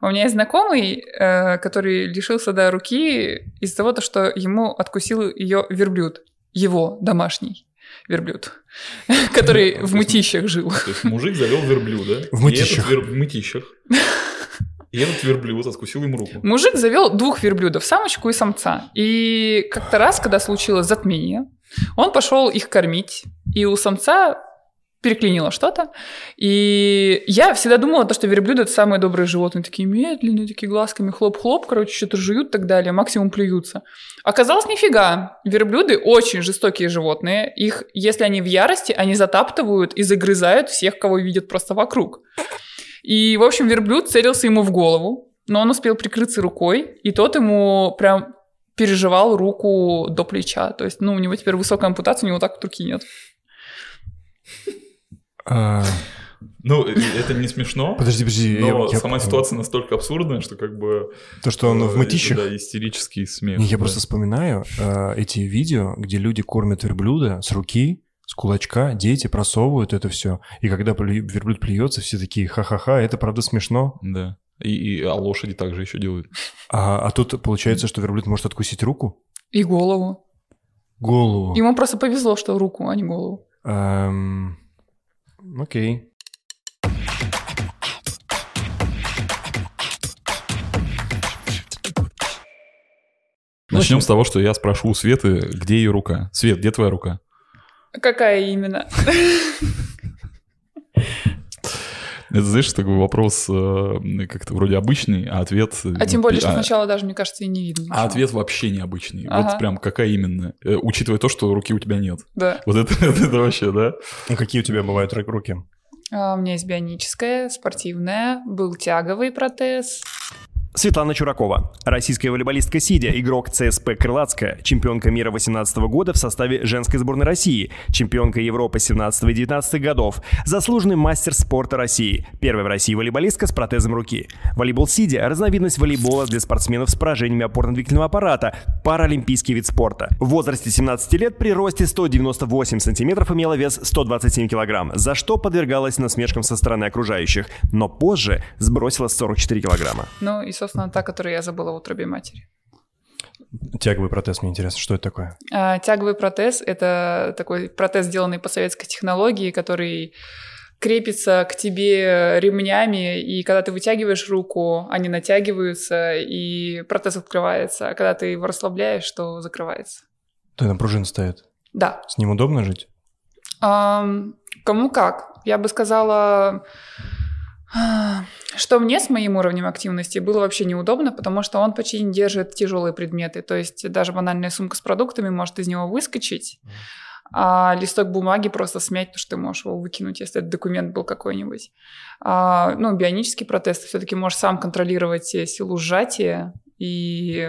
У меня есть знакомый, который лишился руки из-за того, что ему откусил ее верблюд. Его домашний верблюд, который в мытищах жил. То есть мужик завел верблюда. В мытищах. В мытищах. И этот верблюд откусил ему руку. Мужик завел 2 верблюдов, самочку и самца. И как-то раз, когда случилось затмение, он пошел их кормить, и у самца переклинило что-то. И я всегда думала, что верблюды — это самые добрые животные. Такие медленные, такие глазками хлоп-хлоп, что-то жуют и так далее, максимум плюются. Оказалось, нифига. Верблюды очень жестокие животные. Их, если они в ярости, они затаптывают и загрызают всех, кого видят просто вокруг. И, в общем, верблюд целился ему в голову, но он успел прикрыться рукой, и тот ему прям переживал руку до плеча. То есть, у него теперь высокая ампутация, у него так вот руки нет. Это не смешно. Подожди. Но сама ситуация настолько абсурдная, что То, что он в мытищах? Да, истерический смех. Я просто вспоминаю эти видео, где люди кормят верблюда с руки, с кулачка, дети просовывают это все. И когда верблюд плюется, все такие ха-ха-ха, это правда смешно. Да. А лошади также еще делают. А тут получается, что верблюд может откусить руку? И голову. Голову. Ему просто повезло, что руку, а не голову. Окей. Начнем с того, что я спрошу у Светы, где ее рука. Свет, где твоя рука? Какая именно? Это, знаешь, такой вопрос как-то вроде обычный, а ответ... тем более, что сначала даже, мне кажется, и не видно. А ответ вообще необычный. Вот прям какая именно? Учитывая то, что руки у тебя нет. Да. Вот это вообще, да? Какие у тебя бывают руки? У меня есть бионическая, спортивная, был тяговый протез. Светлана Чуракова, российская волейболистка Сидя, игрок ЦСП Крылатская, чемпионка мира 2018 года в составе женской сборной России, чемпионка Европы 17 и 19 годов, заслуженный мастер спорта России, первая в России волейболистка с протезом руки. Волейбол Сидя – разновидность волейбола для спортсменов с поражениями опорно-двигательного аппарата, паралимпийский вид спорта. В возрасте 17 лет при росте 198 сантиметров имела вес 127 килограмм, за что подвергалась насмешкам со стороны окружающих, но позже сбросила 44 килограмма. И, собственно, та, которую я забыла в утробе матери. Тяговый протез, мне интересно, что это такое? Тяговый протез – это такой протез, сделанный по советской технологии, который крепится к тебе ремнями, и когда ты вытягиваешь руку, они натягиваются, и протез открывается, а когда ты его расслабляешь, то закрывается. То там пружина стоит? Да. С ним удобно жить? Кому как. Я бы сказала... Что мне с моим уровнем активности было вообще неудобно, потому что он почти не держит тяжелые предметы. То есть даже банальная сумка с продуктами может из него выскочить, а листок бумаги просто смять, потому что ты можешь его выкинуть, если это документ был какой-нибудь. Бионический протез ты все-таки можешь сам контролировать силу сжатия, и,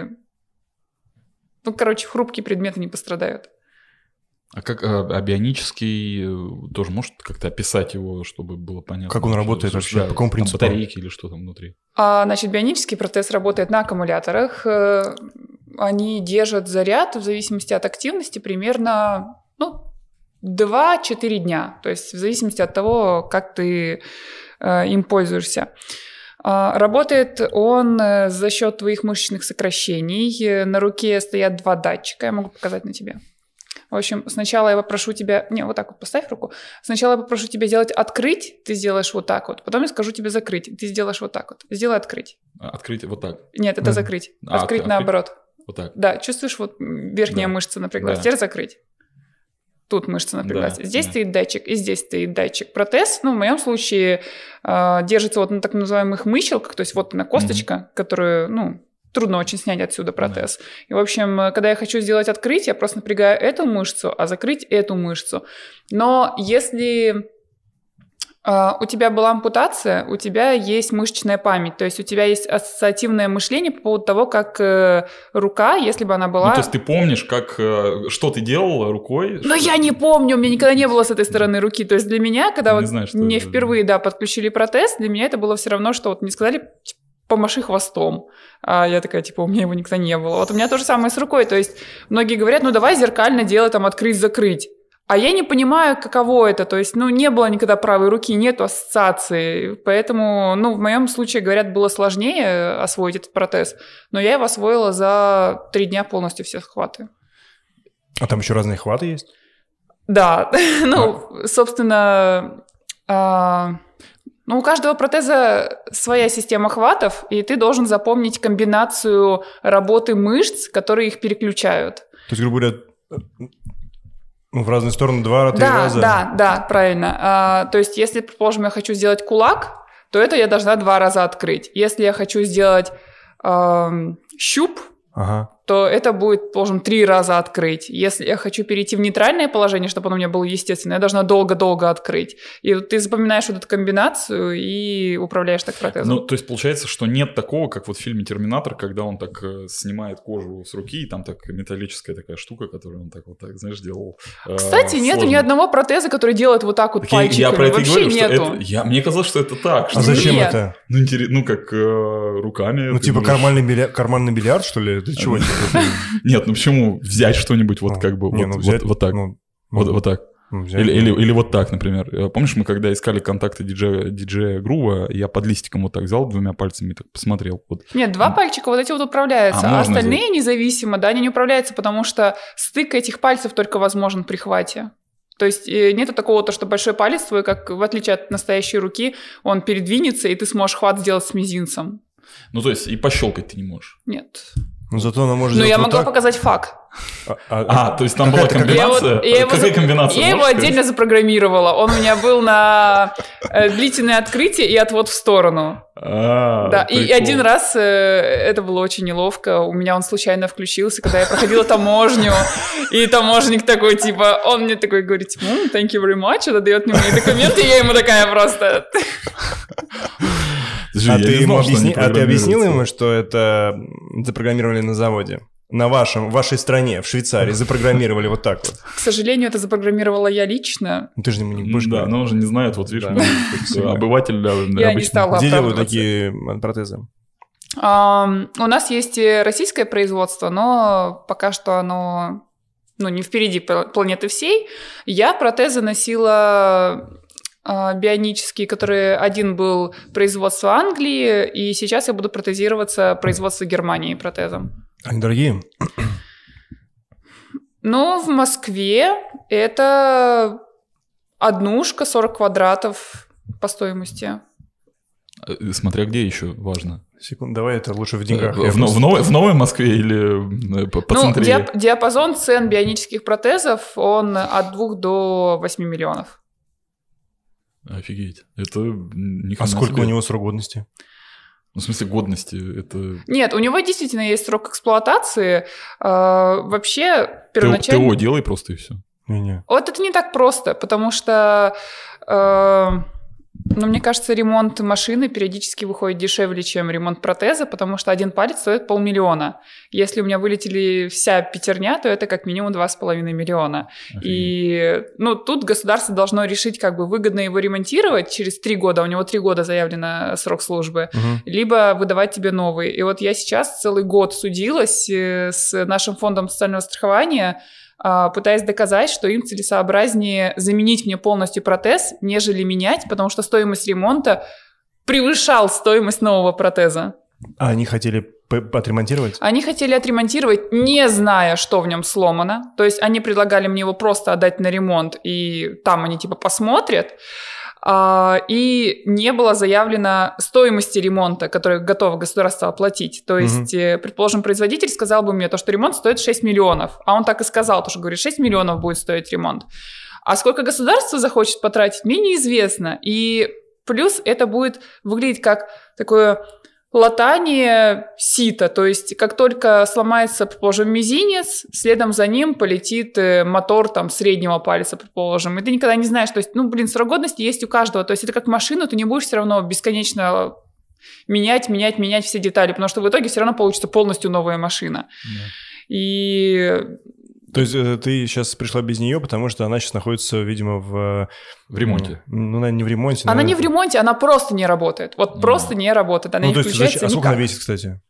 хрупкие предметы не пострадают. А бионический тоже может как-то описать его, чтобы было понятно? Как он работает вообще? По какому принципу? Батарейки или что там внутри? Бионический протез работает на аккумуляторах. Они держат заряд в зависимости от активности примерно 2-4 дня. То есть в зависимости от того, как ты им пользуешься. Работает он за счет твоих мышечных сокращений. На руке стоят 2 датчика. Я могу показать на тебе. В общем, сначала я попрошу тебя... вот так вот поставь руку. Сначала я попрошу тебя сделать открыть, ты сделаешь вот так вот. Потом я скажу тебе закрыть, ты сделаешь вот так вот. Сделай открыть. Открыть вот так? Нет, это закрыть. Открыть наоборот. Вот так? Да, чувствуешь, верхняя мышца напряглась. Да. Теперь закрыть. Тут мышца напряглась. Да, здесь стоит датчик, и здесь стоит датчик. Протез, в моем случае, держится на так называемых мыщелках, то есть вот она косточка, которую, трудно очень снять отсюда протез. И, в общем, когда я хочу сделать открытие, я просто напрягаю эту мышцу, а закрыть эту мышцу. Но если у тебя была ампутация, у тебя есть мышечная память, то есть у тебя есть ассоциативное мышление по поводу того, как рука, если бы она была... то есть ты помнишь, что ты делала рукой? Но я не помню, у меня никогда не было с этой стороны руки. То есть для меня, когда мне впервые подключили протез, для меня это было все равно, что мне сказали... помаши хвостом. А я такая, у меня его никогда не было. Вот у меня то же самое с рукой. То есть многие говорят, давай зеркально делай, открыть-закрыть. А я не понимаю, каково это. То есть, не было никогда правой руки, нету ассоциации. Поэтому, в моем случае, говорят, было сложнее освоить этот протез. Но я его освоила за 3 дня полностью все хваты. А там еще разные хваты есть? Да. Собственно, у каждого протеза своя система хватов, и ты должен запомнить комбинацию работы мышц, которые их переключают. То есть, грубо говоря, в разные стороны 2-3 раза? Да, правильно. То есть, если, предположим, я хочу сделать кулак, то это я должна 2 раза открыть. Если я хочу сделать щуп, то это будет, предположим, 3 раза открыть. Если я хочу перейти в нейтральное положение, чтобы оно у меня было естественное, я должна долго-долго открыть. И ты запоминаешь вот эту комбинацию и управляешь так протезом. То есть получается, что нет такого, как вот в фильме «Терминатор», когда он так снимает кожу с руки, и там так металлическая такая штука, которую он так, знаешь, делал. Кстати, нету ни одного протеза, который делает вот так вот так пальчиками. Я про это вообще и говорю, нету. Мне казалось, что это так. А зачем это? Как руками. Типа карманный биллиард, что ли? Ты чего? Нет, почему взять что-нибудь вот так. Вот так. Вот так. Или вот так, например. Помнишь, мы когда искали контакты диджея Грува, я под листиком вот так взял 2 пальцами и так посмотрел. Нет, 2 пальчика вот эти вот управляются, а остальные независимо, они не управляются, потому что стык этих пальцев только возможен при хвате. То есть нету такого, что большой палец твой, как в отличие от настоящей руки, он передвинется, и ты сможешь хват сделать с мизинцем. То есть и пощелкать ты не можешь? Нет. Зато она может я могла показать фак. То есть там была комбинация? Какая комбинация? Я его отдельно запрограммировала. Он у меня был на длительное открытие и отвод в сторону. Да, и один раз это было очень неловко. У меня он случайно включился, когда я проходила таможню. И таможенник такой, он мне такой говорит, thank you very much, это дает мне мои документы, и я ему такая просто... Ты объяснил ему, что это запрограммировали на заводе? В вашей стране, в Швейцарии, запрограммировали вот так вот? К сожалению, это запрограммировала я лично. Ты же ему не будешь говорить. Да, но он же не знает, вот видишь, обыватель обычно. Я не стала Где делают такие протезы? У нас есть российское производство, но пока что оно не впереди планеты всей. Я протезы носила... бионические, которые один был производство Англии, и сейчас я буду протезироваться производство Германии протезом. Они дорогие? В Москве это однушка, 40 квадратов по стоимости. Смотря где еще важно. Секунду, давай это лучше в деньгах. В Новой Москве или по центре? Диапазон цен бионических протезов, он от 2 до 8 миллионов. Офигеть. Это ни хрена А сколько себе. у него срок годности? В смысле годности? Это... Нет, у него действительно есть срок эксплуатации. Вообще, первоначально... ТО делай просто и все. Не-не. Вот это не так просто, потому что... мне кажется, ремонт машины периодически выходит дешевле, чем ремонт протеза, потому что один палец стоит 500 000. Если у меня вылетели вся пятерня, то это как минимум 2,5 миллиона. Офигеть. И тут государство должно решить, выгодно его ремонтировать через 3 года, у него 3 года заявлено срок службы, либо выдавать тебе новый. И вот я сейчас целый год судилась с нашим фондом социального страхования, пытаясь доказать, что им целесообразнее заменить мне полностью протез, нежели менять, потому что стоимость ремонта превышал стоимость нового протеза. А они хотели отремонтировать? Они хотели отремонтировать, не зная, что в нем сломано. То есть они предлагали мне его просто отдать на ремонт, и там они посмотрят. И не было заявлено стоимости ремонта, которую готово государство оплатить. То есть, предположим, производитель сказал бы мне, что ремонт стоит 6 миллионов. А он так и сказал, что говорит, 6 миллионов будет стоить ремонт. А сколько государство захочет потратить, мне неизвестно. И плюс это будет выглядеть как такое латание сита. То есть, как только сломается, предположим, мизинец, следом за ним полетит мотор среднего пальца, предположим. И ты никогда не знаешь. То есть, срок годности есть у каждого. То есть, это как машину, ты не будешь все равно бесконечно менять все детали, потому что в итоге все равно получится полностью новая машина. И... То есть ты сейчас пришла без нее, потому что она сейчас находится, видимо, в ремонте. Наверное, не в ремонте. Она не в ремонте, она просто не работает. Просто не работает. Она не включается никак. А сколько она весит, кстати?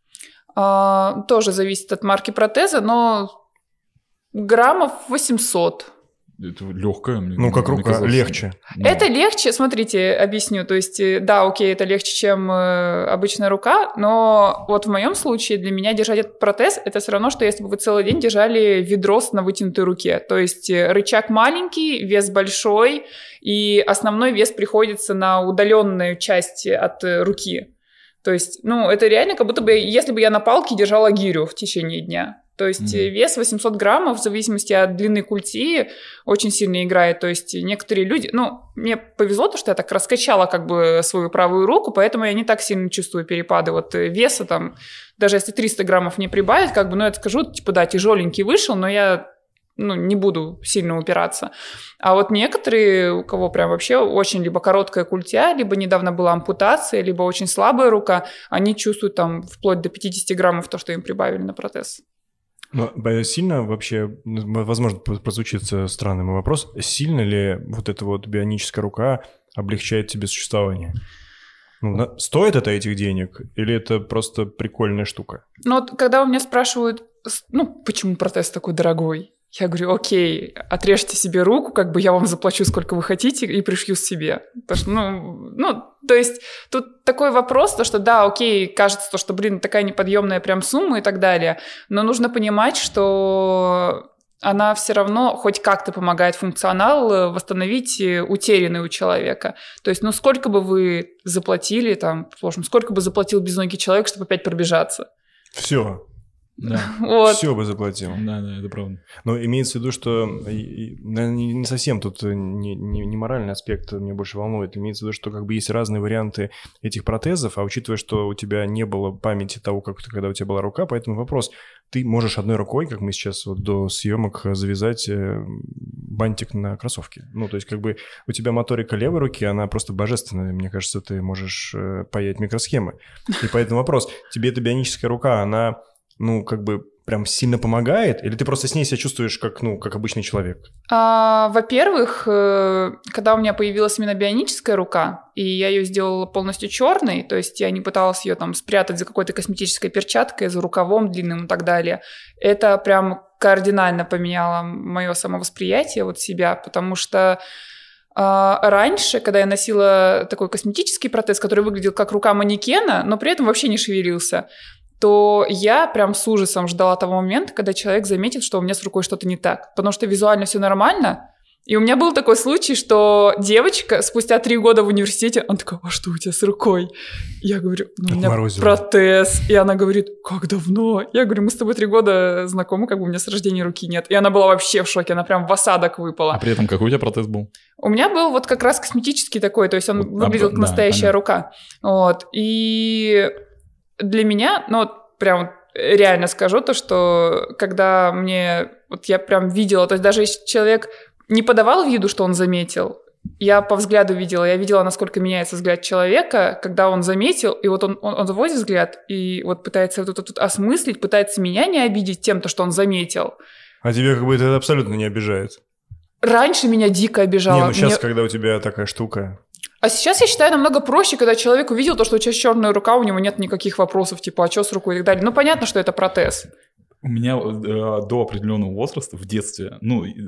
Тоже зависит от марки протеза, но граммов 800. Это легкое. Как рука, легче. Это легче, смотрите, объясню. То есть, да, окей, это легче, чем обычная рука, но вот в моем случае для меня держать этот протез, это все равно, что если бы вы целый день держали ведро на вытянутой руке. То есть рычаг маленький, вес большой, и основной вес приходится на удаленную часть от руки. То есть, это реально как будто бы, если бы я на палке держала гирю в течение дня. То есть вес 800 граммов в зависимости от длины культи очень сильно играет. То есть некоторые люди... мне повезло то, что я так раскачала как бы свою правую руку, поэтому я не так сильно чувствую перепады веса там. Даже если 300 граммов не прибавить, я скажу, тяжеленький вышел, но я не буду сильно упираться. А вот некоторые, у кого прям вообще очень либо короткая культя, либо недавно была ампутация, либо очень слабая рука, они чувствуют там вплоть до 50 граммов то, что им прибавили на протез. Сильно вообще, возможно, прозвучит странный мой вопрос, сильно ли вот эта вот бионическая рука облегчает тебе существование? Стоит это этих денег или это просто прикольная штука? Когда у меня спрашивают, почему протез такой дорогой, я говорю, окей, отрежьте себе руку, я вам заплачу, сколько вы хотите, и пришью себе. Потому что, то есть тут такой вопрос, то что да, окей, кажется, что, такая неподъемная прям сумма и так далее, но нужно понимать, что она все равно хоть как-то помогает функционал восстановить утерянный у человека. То есть, сколько бы вы заплатили, предположим, сколько бы заплатил безногий человек, чтобы опять пробежаться? Все. Да. Все бы заплатил. Да, это правда. Но имеется в виду, что не совсем тут не моральный аспект меня больше волнует. Имеется в виду, что есть разные варианты этих протезов, а учитывая, что у тебя не было памяти того, когда у тебя была рука, поэтому вопрос, ты можешь одной рукой, как мы сейчас до съемок, завязать бантик на кроссовке. То есть у тебя моторика левой руки, она просто божественная. Мне кажется, ты можешь паять микросхемы. И поэтому вопрос, тебе эта бионическая рука, она... прям сильно помогает? Или ты просто с ней себя чувствуешь как обычный человек? Во-первых, когда у меня появилась именно бионическая рука, и я ее сделала полностью черной, то есть я не пыталась ее спрятать за какой-то косметической перчаткой, за рукавом длинным и так далее, это прям кардинально поменяло мое самовосприятие себя, потому что раньше, когда я носила такой косметический протез, который выглядел как рука манекена, но при этом вообще не шевелился, то я прям с ужасом ждала того момента, когда человек заметит, что у меня с рукой что-то не так. Потому что визуально все нормально. И у меня был такой случай, что девочка спустя 3 года в университете, она такая, а что у тебя с рукой? Я говорю, у меня протез. И она говорит, как давно? Я говорю, мы с тобой 3 года знакомы, у меня с рождения руки нет. И она была вообще в шоке, она прям в осадок выпала. А при этом какой у тебя протез был? У меня был как раз косметический такой, то есть он выглядел как настоящая рука. И... Для меня, прям реально скажу то, что когда я прям видела, то есть даже если человек не подавал виду, что он заметил, я по взгляду видела, насколько меняется взгляд человека, когда он заметил, и он заводит взгляд, и пытается тут осмыслить, пытается меня не обидеть тем, что он заметил. А тебе это абсолютно не обижает? Раньше меня дико обижало. Сейчас, когда у тебя такая штука... А сейчас я считаю намного проще, когда человек увидел то, что у тебя черная рука, у него нет никаких вопросов, а что с рукой и так далее. Понятно, что это протез. У меня до определенного возраста в детстве,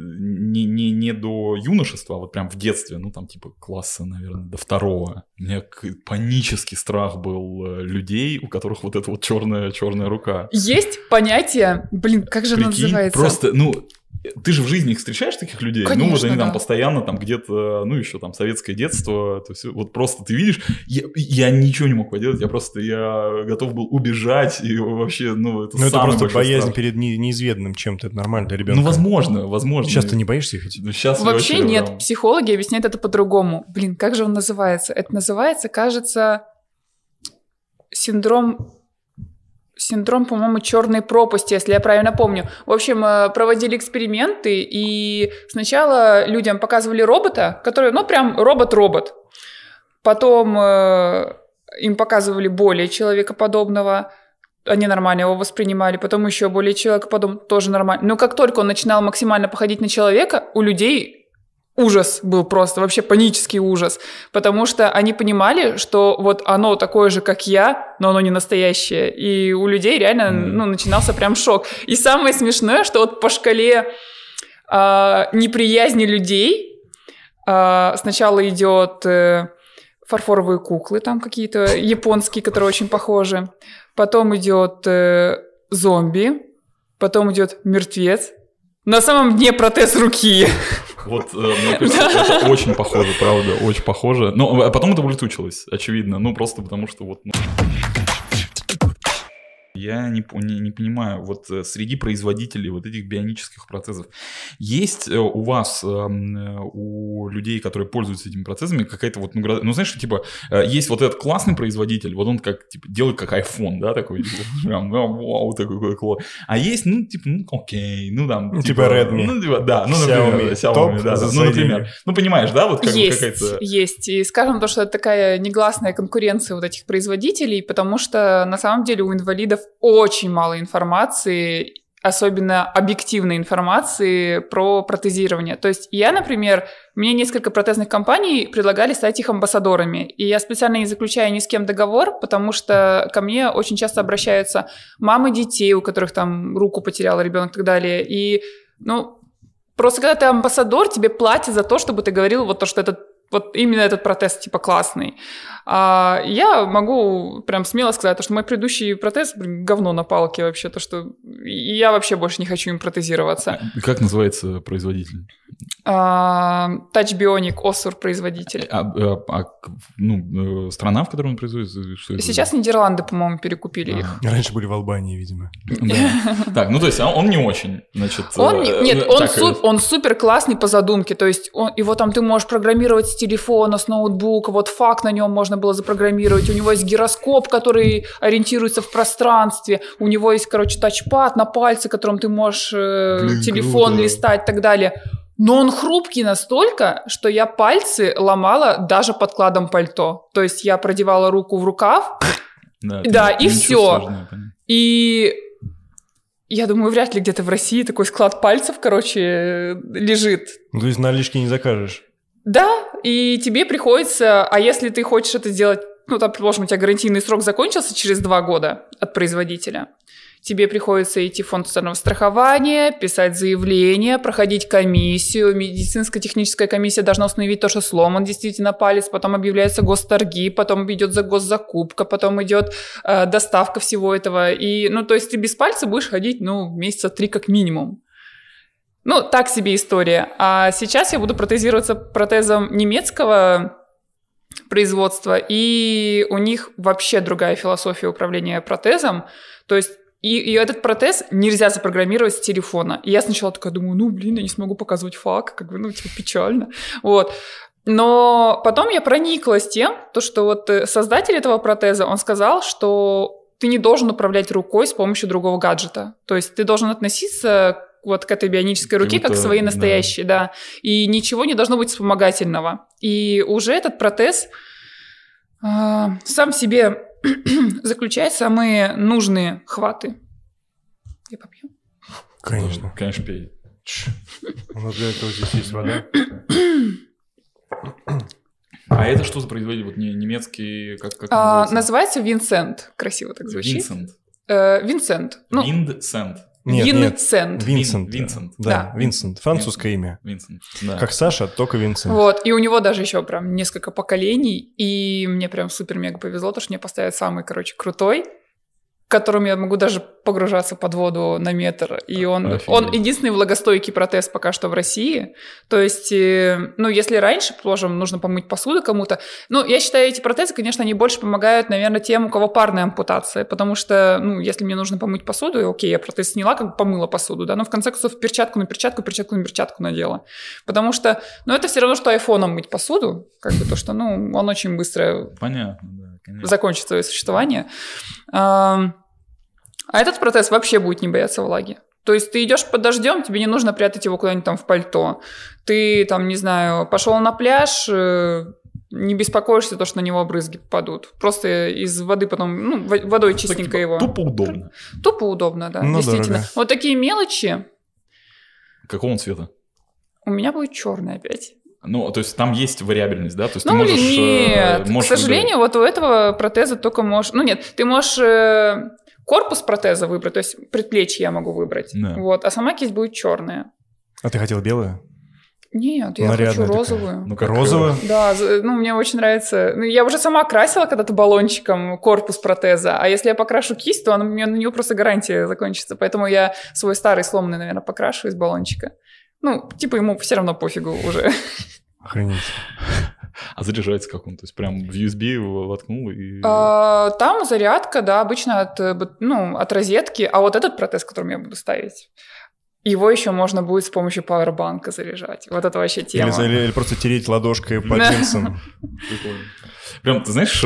не до юношества, а прям в детстве, класса, наверное, до 2-го, у меня панический страх был людей, у которых эта черная рука. Есть понятие, как же оно называется? Просто, ты же в жизни встречаешь таких людей? Конечно, они да. Постоянно где-то, еще советское детство, то есть, просто ты видишь, я ничего не мог поделать, я готов был убежать, и вообще, это самый это просто боязнь страх. Перед неизведанным чем-то, это нормально для ребенка. Возможно. Сейчас ты не боишься их? Сейчас вообще нет, психологи объясняют это по-другому. Как же он называется? Это называется, кажется, синдром, по-моему, черной пропасти, если я правильно помню. В общем, проводили эксперименты, и сначала людям показывали робота, который, прям робот-робот. Потом им показывали более человекоподобного, они нормально его воспринимали, потом еще более человекоподобного, тоже нормально. Но как только он начинал максимально походить на человека, у людей... Ужас был просто, вообще панический ужас, потому что они понимали, что оно такое же, как я, но оно не настоящее, и у людей реально начинался прям шок. И самое смешное, что по шкале неприязни людей. Сначала идет фарфоровые куклы, там какие-то японские, которые очень похожи. Потом идет зомби. Потом идет мертвец. На самом дне протез руки. Вот, мне кажется, это очень похоже, правда, очень похоже. Но потом это улетучилось, очевидно. Ну, просто потому что вот... Я не понимаю, вот среди производителей вот этих бионических протезов есть у вас, у людей, которые пользуются этими протезами, какая-то вот, ну знаешь, типа, есть вот этот классный производитель, вот он как, типа, делает как iPhone, да, такой, прям, вау, такой класс. А есть, ну, типа, ну, окей, ну, там, типа Redmi, ну, типа, да, ну, например, Xiaomi, да, ну, например. Ну, понимаешь, да, вот как бы какая-то... Есть, и скажем то, что это такая негласная конкуренция вот этих производителей, потому что, на самом деле, у инвалидов очень мало информации, особенно объективной информации про протезирование. То есть я, например, мне несколько протезных компаний предлагали стать их амбассадорами, и я специально не заключаю ни с кем договор, потому что ко мне очень часто обращаются мамы детей, у которых там руку потерял ребенок и так далее, и, ну, просто когда ты амбассадор, тебе платят за то, чтобы ты говорил вот то, что этот вот именно этот протез, типа, классный. А я могу прям смело сказать, что мой предыдущий протез, говно на палке вообще, то, что я вообще больше не хочу им протезироваться. Как называется производитель? Touch Bionic, Осур производитель. Страна, в которой он производится? Сейчас Нидерланды, по-моему, перекупили их. Раньше были в Албании, видимо. Так, ну то есть он не очень, значит... Нет, он супер классный по задумке, то есть его там ты можешь программировать с телефона, с ноутбука, вот факт на нем можно было запрограммировать, у него есть гироскоп, который ориентируется в пространстве, у него есть, короче, тачпад на пальце, которым ты можешь телефон листать и так далее. Но он хрупкий настолько, что я пальцы ломала даже подкладом пальто. То есть я продевала руку в рукав, да, и все. И я думаю, вряд ли где-то в России такой склад пальцев, короче, лежит. Ну, то есть налички не закажешь? Да, и тебе приходится... А если ты хочешь это сделать, ну, там, предположим, у тебя гарантийный срок закончился через 2 года от производителя, тебе приходится идти в фонд социального страхования, писать заявление, проходить комиссию. Медицинско-техническая комиссия должна установить то, что сломан действительно палец, потом объявляются госторги, потом идет госзакупка, потом идет доставка всего этого. И, ну, то есть ты без пальца будешь ходить, ну, месяца 3 как минимум. Ну, так себе история. А сейчас я буду протезироваться протезом немецкого производства, и у них вообще другая философия управления протезом. То есть и этот протез нельзя запрограммировать с телефона. И я сначала такая думаю, ну, блин, я не смогу показывать фак, как бы, ну, типа, печально. Вот. Но потом я прониклась тем, что вот создатель этого протеза, он сказал, что ты не должен управлять рукой с помощью другого гаджета. То есть ты должен относиться вот к этой бионической руке как к своей настоящей, да. И ничего не должно быть вспомогательного. И уже этот протез сам себе заключает самые нужные хваты. Я попью? Конечно. Конечно, пей. У нас для этого здесь есть вода. А это что за производитель? Вот немецкий, как называется Винсент. Красиво так звучит. Винсент. Винсент. Нет, Винсент. Да, Винсент. Французское имя. Винсент, да. Как Саша, только Винсент. Вот, и у него даже еще прям несколько поколений, и мне прям супер-мега повезло, то, что мне поставят самый, короче, крутой, которым я могу даже погружаться под воду на метр. И он единственный влагостойкий протез пока что в России. То есть, ну, если раньше, предположим, нужно помыть посуду кому-то, ну, я считаю, эти протезы, конечно, они больше помогают, наверное, тем, у кого парная ампутация, потому что, ну, если мне нужно помыть посуду, окей, я протез сняла, как бы помыла посуду, да, но в конце концов перчатку на перчатку надела. Потому что, ну, это все равно, что айфоном мыть посуду, как бы то, что, ну, он очень быстро закончит свое существование. А этот протез вообще будет не бояться влаги. То есть ты идешь под дождем, тебе не нужно прятать его куда-нибудь там в пальто. Ты там, не знаю, пошел на пляж, не беспокоишься, то, что на него брызги попадут. Просто из воды потом, ну, водой чистенько его. Тупо удобно. Тупо удобно, да, действительно. Дорого. Вот такие мелочи. Какого цвета? У меня будет черный опять. Ну, то есть там есть вариабельность, да? То есть ну, ты можешь... Нет, к сожалению, вот у этого протеза только можешь... Ну, нет, ты можешь... Корпус протеза выбрать, то есть предплечье я могу выбрать, вот, а сама кисть будет черная. А ты хотела белую? Нет, я хочу розовую. Ну-ка, розовую? Да, мне очень нравится. Я уже сама красила когда-то баллончиком корпус протеза, а если я покрашу кисть, то у меня на нее просто гарантия закончится. Поэтому я свой старый сломанный, наверное, покрашу из баллончика. Ему все равно пофигу уже. Охренеть. А заряжается как он? То есть прям в USB воткнул и... Там зарядка, да, обычно от розетки. А вот этот протез, который я буду ставить, его еще можно будет с помощью пауэрбанка заряжать. Вот это вообще тема. Или просто тереть ладошкой по джинсам. Прикольно. Прям, ты знаешь,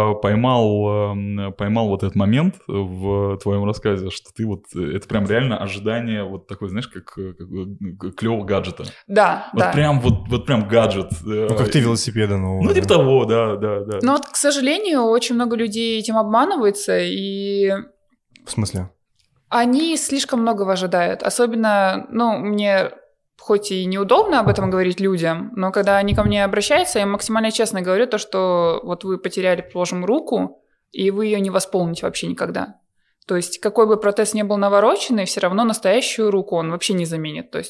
поймал вот этот момент в твоем рассказе, что ты это прям реально ожидание вот такой, знаешь, как клевого гаджета. Да, да. Прям гаджет. Как ты велосипеда нового. Типа того, да. Но к сожалению, очень много людей этим обманывается, и... В смысле? Они слишком многого ожидают. Особенно, мне хоть и неудобно об этом говорить людям, но когда они ко мне обращаются, я максимально честно говорю то, что вот вы потеряли, предположим, руку, и вы ее не восполните вообще никогда. То есть какой бы протез ни был навороченный, все равно настоящую руку он вообще не заменит. То есть,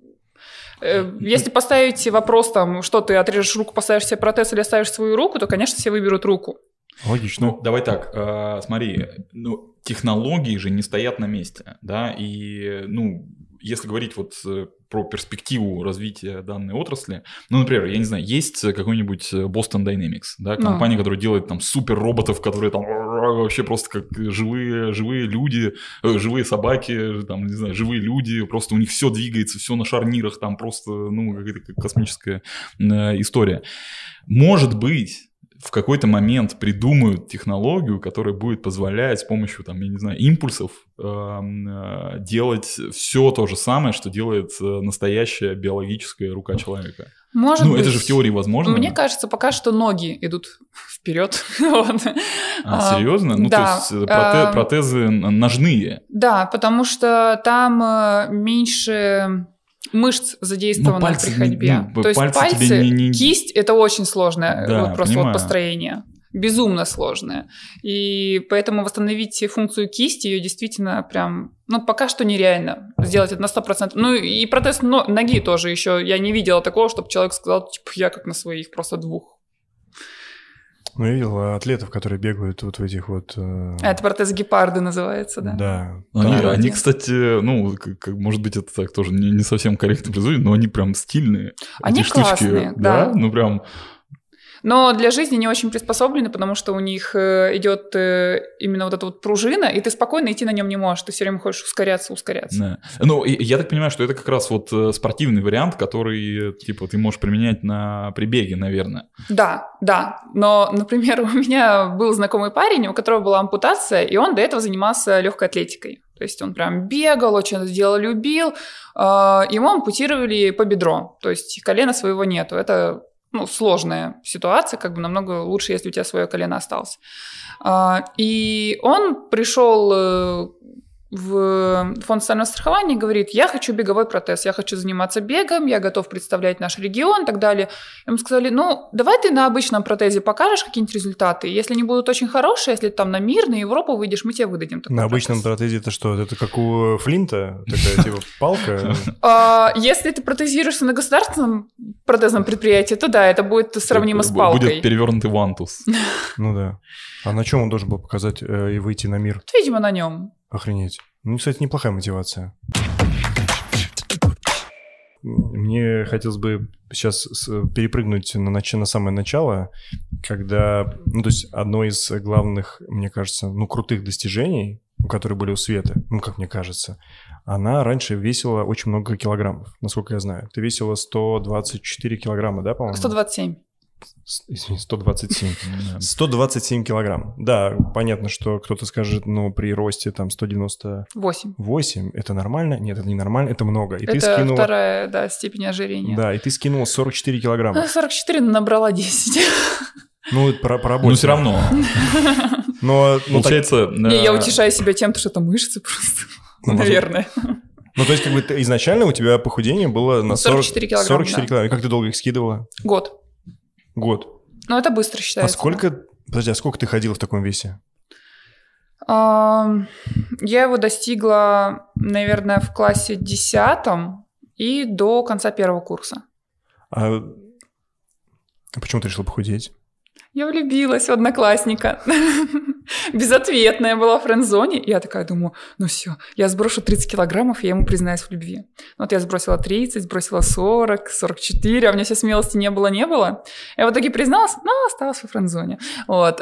если поставить вопрос, что ты отрежешь руку, поставишь себе протез или оставишь свою руку, то, конечно, все выберут руку. Логично. Давай так, смотри, технологии же не стоят на месте, да, и, если говорить про перспективу развития данной отрасли, например, я не знаю, есть какой-нибудь Boston Dynamics, да, компания, которая делает там супер роботов, которые там вообще просто как живые люди, живые собаки, там, не знаю, живые люди, просто у них все двигается, все на шарнирах, там просто, какая-то космическая история. Может быть, в какой-то момент придумают технологию, которая будет позволять с помощью, я не знаю, импульсов делать все то же самое, что делает настоящая биологическая рука человека. Может быть. Это же в теории возможно. Мне кажется, пока что ноги идут вперед. Серьезно? Да. То есть протезы ножные? Да, потому что там меньше... мышц задействовано при ходьбе. То есть пальцы, кисть – это очень сложное построение. Безумно сложное. И поэтому восстановить функцию кисти, ее действительно прям, пока что нереально сделать это на 100%. И протез ноги тоже еще. Я не видела такого, чтобы человек сказал, я как на своих просто двух. Я видел атлетов, которые бегают в этих Это протез гепарды называется, да? Да. Они, кстати, может быть, это так тоже не совсем корректно производят, но они прям стильные. Они классные, да. Прям... Но для жизни не очень приспособлены, потому что у них идет именно вот эта пружина, и ты спокойно идти на нем не можешь. Ты все время хочешь ускоряться. Да. Я так понимаю, что это как раз спортивный вариант, который, ты можешь применять при беге, наверное. Да. Но, например, у меня был знакомый парень, у которого была ампутация, и он до этого занимался легкой атлетикой. То есть он прям бегал, очень это дело любил. Ему ампутировали по бедро, то есть колена своего нету. Это... сложная ситуация, намного лучше, если у тебя свое колено осталось. И он пришел в фонд социального страхования и говорит, я хочу беговой протез, я хочу заниматься бегом, я готов представлять наш регион и так далее. Ему сказали, давай ты на обычном протезе покажешь какие-нибудь результаты, если они будут очень хорошие, если ты там на мир, на Европу выйдешь, мы тебе выдадим такой протез. Обычном протезе это что? Это как у Флинта? Такая палка? Если ты протезируешься на государственном протезном предприятии, то да, это будет сравнимо с палкой. Будет перевернутый вантус. Да. А на чем он должен был показать и выйти на мир? Видимо, на нем. Охренеть. Кстати, неплохая мотивация. Мне хотелось бы сейчас перепрыгнуть на самое начало, когда... то есть одно из главных, мне кажется, крутых достижений, которые были у Светы, как мне кажется, она раньше весила очень много килограммов, насколько я знаю. Ты весила 124 килограмма, да, по-моему? 127. Извини, 127. 127 килограмм. Да, понятно, что кто-то скажет, при росте 198 это нормально? Нет, это не нормально, это много. И это ты скинула... вторая, степень ожирения. Да, и ты скинула 44 килограмма. 44, набрала 10. Поработать. Все равно. Но получается... Не, я утешаю себя тем, что это мышцы просто. Наверное. То есть изначально у тебя похудение было на 44 килограмма. 44 килограмма. И как ты долго их скидывала? Год. Это быстро считается. А сколько ты ходила в таком весе? Я его достигла, наверное, в классе 10, и до конца первого курса. А почему ты решила похудеть? Я влюбилась в одноклассника. Безответная была в френд-зоне. И я такая думаю, ну все, я сброшу 30 килограммов, и я ему признаюсь в любви. Вот я сбросила 30, сбросила 40, 44, а у меня все смелости не было. Я в итоге призналась, но осталась во френд-зоне. Вот.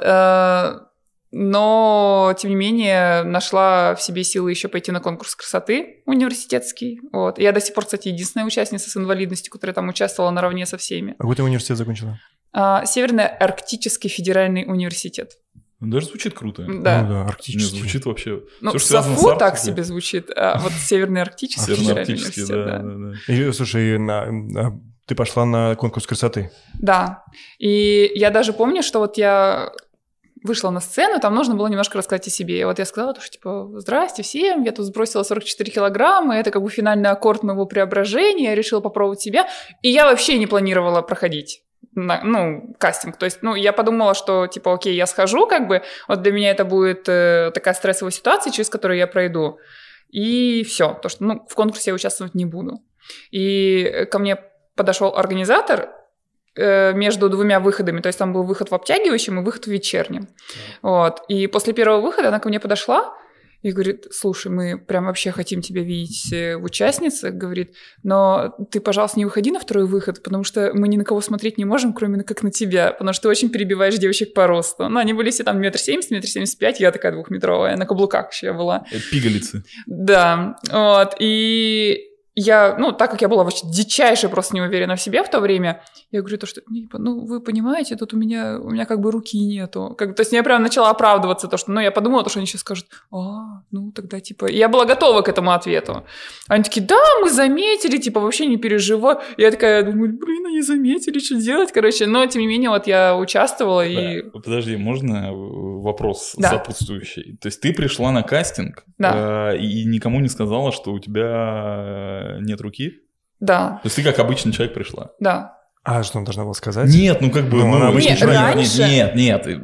Но, тем не менее, нашла в себе силы еще пойти на конкурс красоты университетский. Вот. Я до сих пор, кстати, единственная участница с инвалидностью, которая там участвовала наравне со всеми. А какой ты университет закончила? Северный-Арктический федеральный университет. Даже звучит круто. Да. Ну да, арктический. Звучит вообще... Ну, САФУ так себе звучит, а вот Северный-Арктический федеральный университет, да. И, слушай, ты пошла на конкурс красоты? Да. И я даже помню, что вот я вышла на сцену, там нужно было немножко рассказать о себе. И вот я сказала, что типа, здрасте всем, я тут сбросила 44 килограмма, это как бы финальный аккорд моего преображения, я решила попробовать себя. И я вообще не планировала проходить кастинг. То есть, я подумала, что, типа, окей, я схожу, как бы, вот для меня это будет такая стрессовая ситуация, через которую я пройду. И все. То, что, в конкурсе я участвовать не буду. И ко мне подошел организатор между двумя выходами. То есть, там был выход в обтягивающем и выход в вечернем. Вот. И после первого выхода она ко мне подошла и говорит, слушай, мы прям вообще хотим тебя видеть в участницах, говорит, но ты, пожалуйста, не выходи на второй выход, потому что мы ни на кого смотреть не можем, кроме как на тебя, потому что ты очень перебиваешь девочек по росту. Они были все там 1,70 м, 1,75 м, я такая 2-метровая, на каблуках еще я была. Пигалицы. Да, вот, и я, так как я была вообще дичайше просто не уверена в себе в то время, я говорю, то, что, вы понимаете, тут у меня как бы руки нету. То есть я прям начала оправдываться, то, что, я подумала, то, что они сейчас скажут, тогда, типа... И я была готова к этому ответу. Они такие, да, мы заметили, типа, вообще не переживай. И я такая думаю, они заметили, что делать, короче. Но, тем не менее, вот я участвовала и... Подожди, можно вопрос да. сопутствующий? То есть ты пришла на кастинг, да. И никому не сказала, что у тебя нет руки? Да. То есть ты как обычный человек пришла? Да. А что он должна была сказать? Нет, Нет, раньше... Нет.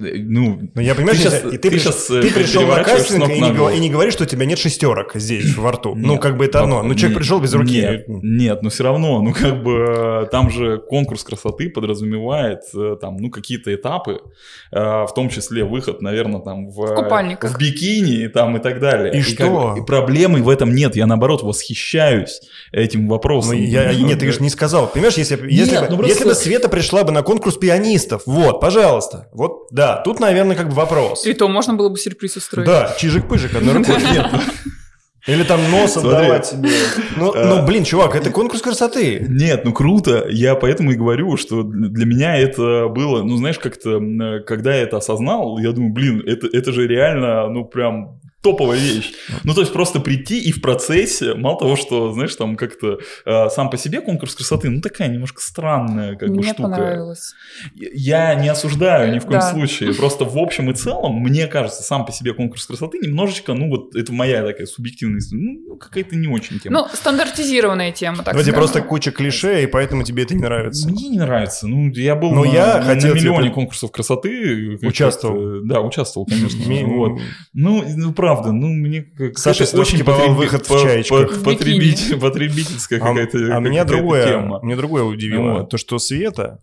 Я понимаю, ты пришел на кастинг и не говоришь, что у тебя нет шестерок здесь, во рту. Это одно. Человек пришел без руки. Нет, но все равно, там же конкурс красоты подразумевает какие-то этапы, в том числе выход, наверное, в купальниках, в бикини и так далее. И что? И проблемы в этом нет. Я, наоборот, восхищаюсь этим вопросом. Нет, ты же не сказал. Понимаешь, если бы Света пришла бы на конкурс пианистов, пожалуйста. Да, тут, наверное, вопрос. И то можно было бы сюрприз устроить. Да, чижик-пыжик, одной рукой. Или там нос отдавать себе. Чувак, это конкурс красоты. Нет, круто. Я поэтому и говорю, что для меня это было, как-то, когда я это осознал, я думаю, это же реально, прям... топовая вещь. То есть просто прийти и в процессе, мало того, что, знаешь, там как-то сам по себе конкурс красоты, такая немножко странная штука. Мне понравилось. Я не осуждаю ни в коем случае. Просто в общем и целом, мне кажется, сам по себе конкурс красоты немножечко, это моя такая субъективность, какая-то не очень тема. Стандартизированная тема, так сказать. Просто куча клише, и поэтому тебе это не нравится. Мне не нравится. Я был на миллионе конкурсов красоты. Участвовал? Да, участвовал, конечно. Правда, мне Саша очень выход в чаечках. Потребительская какая-то меня тема. Мне другое удивило. То, что Света,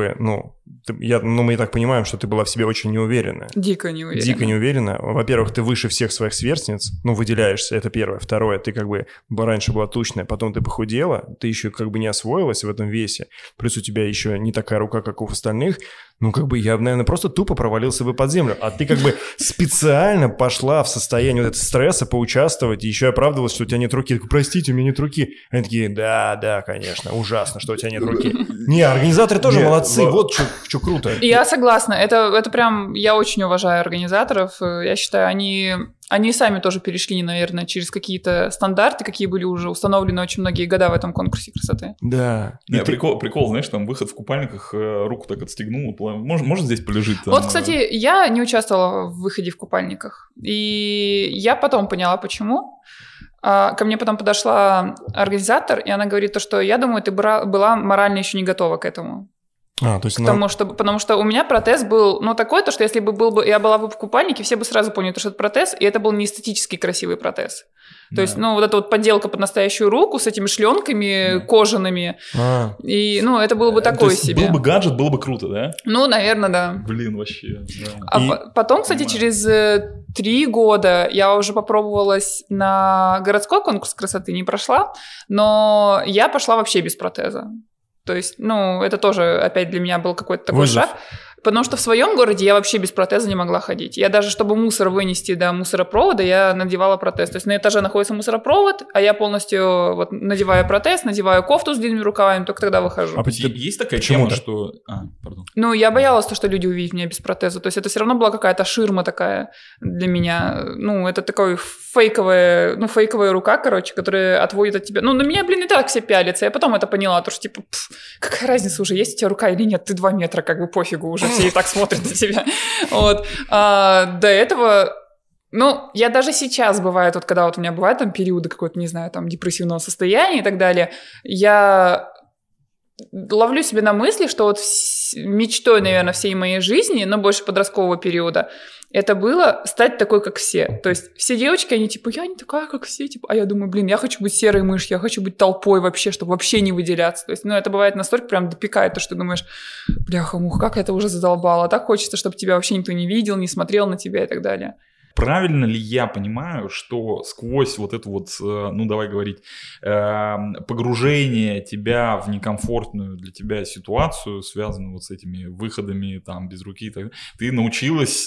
мы и так понимаем, что ты была в себе очень неуверенная. Дико неуверенна. Во-первых, ты выше всех своих сверстниц, выделяешься, это первое. Второе, ты раньше была тучная, потом ты похудела, ты еще не освоилась в этом весе, плюс у тебя еще не такая рука, как у остальных. Я, наверное, просто тупо провалился бы под землю. А ты специально пошла в состояние этого стресса поучаствовать, и еще оправдывалась, что у тебя нет руки. Простите, у меня нет руки. Они такие, да, конечно, ужасно, что у тебя нет руки. Не, организаторы тоже молодцы, что круто. Я согласна, это прям, я очень уважаю организаторов, я считаю, они сами тоже перешли, наверное, через какие-то стандарты, какие были уже установлены очень многие года в этом конкурсе красоты. Да. Прикол, знаешь, там выход в купальниках, руку так отстегнул, может здесь полежит? Кстати, я не участвовала в выходе в купальниках, и я потом поняла, почему. Ко мне потом подошла организатор, и она говорит, что я думаю, ты была морально еще не готова к этому. Потому что у меня протез был, такой, то, что если бы я была бы в купальнике, все бы сразу поняли, что это протез, и это был не эстетически красивый протез. То есть, вот эта вот подделка под настоящую руку с этими шленками кожаными. И, это было бы такое себе. Был бы гаджет, было бы круто, да? Наверное, да. Блин, вообще. Да. А потом, кстати, через 3 года я уже попробовалась на городской конкурс красоты, не прошла, но я пошла вообще без протеза. То есть, это тоже опять для меня был какой-то такой шаг. Потому что в своем городе я вообще без протеза не могла ходить. Я даже, чтобы мусор вынести до мусоропровода, я надевала протез. То есть на этаже находится мусоропровод, а я полностью надеваю протез, надеваю кофту с длинными рукавами, только тогда выхожу. А есть такая тема, что... пардон. Я боялась, что люди увидят меня без протеза. То есть это все равно была какая-то ширма такая для меня. Это такой фейковая рука, которая отводит от тебя. На меня, и так все пялятся. Я потом это поняла, то что, какая разница уже, есть у тебя рука или нет? Ты 2 метра, пофигу уже. Все и так смотрят на тебя. До этого... я даже сейчас бывает, когда у меня бывают там периоды какого-то, не знаю, там депрессивного состояния и так далее, я ловлю себя на мысли, что мечтой, наверное, всей моей жизни, но больше подросткового периода, это было стать такой, как все. То есть все девочки, они я не такая, как все, а я думаю, я хочу быть серой мышью, я хочу быть толпой вообще, чтобы вообще не выделяться. То есть, это бывает настолько прям допекает, то, что ты думаешь, бляха-мух, как это уже задолбало, так хочется, чтобы тебя вообще никто не видел, не смотрел на тебя и так далее. Правильно ли я понимаю, что сквозь вот это давай говорить, погружение тебя в некомфортную для тебя ситуацию, связанную с этими выходами там без руки, ты научилась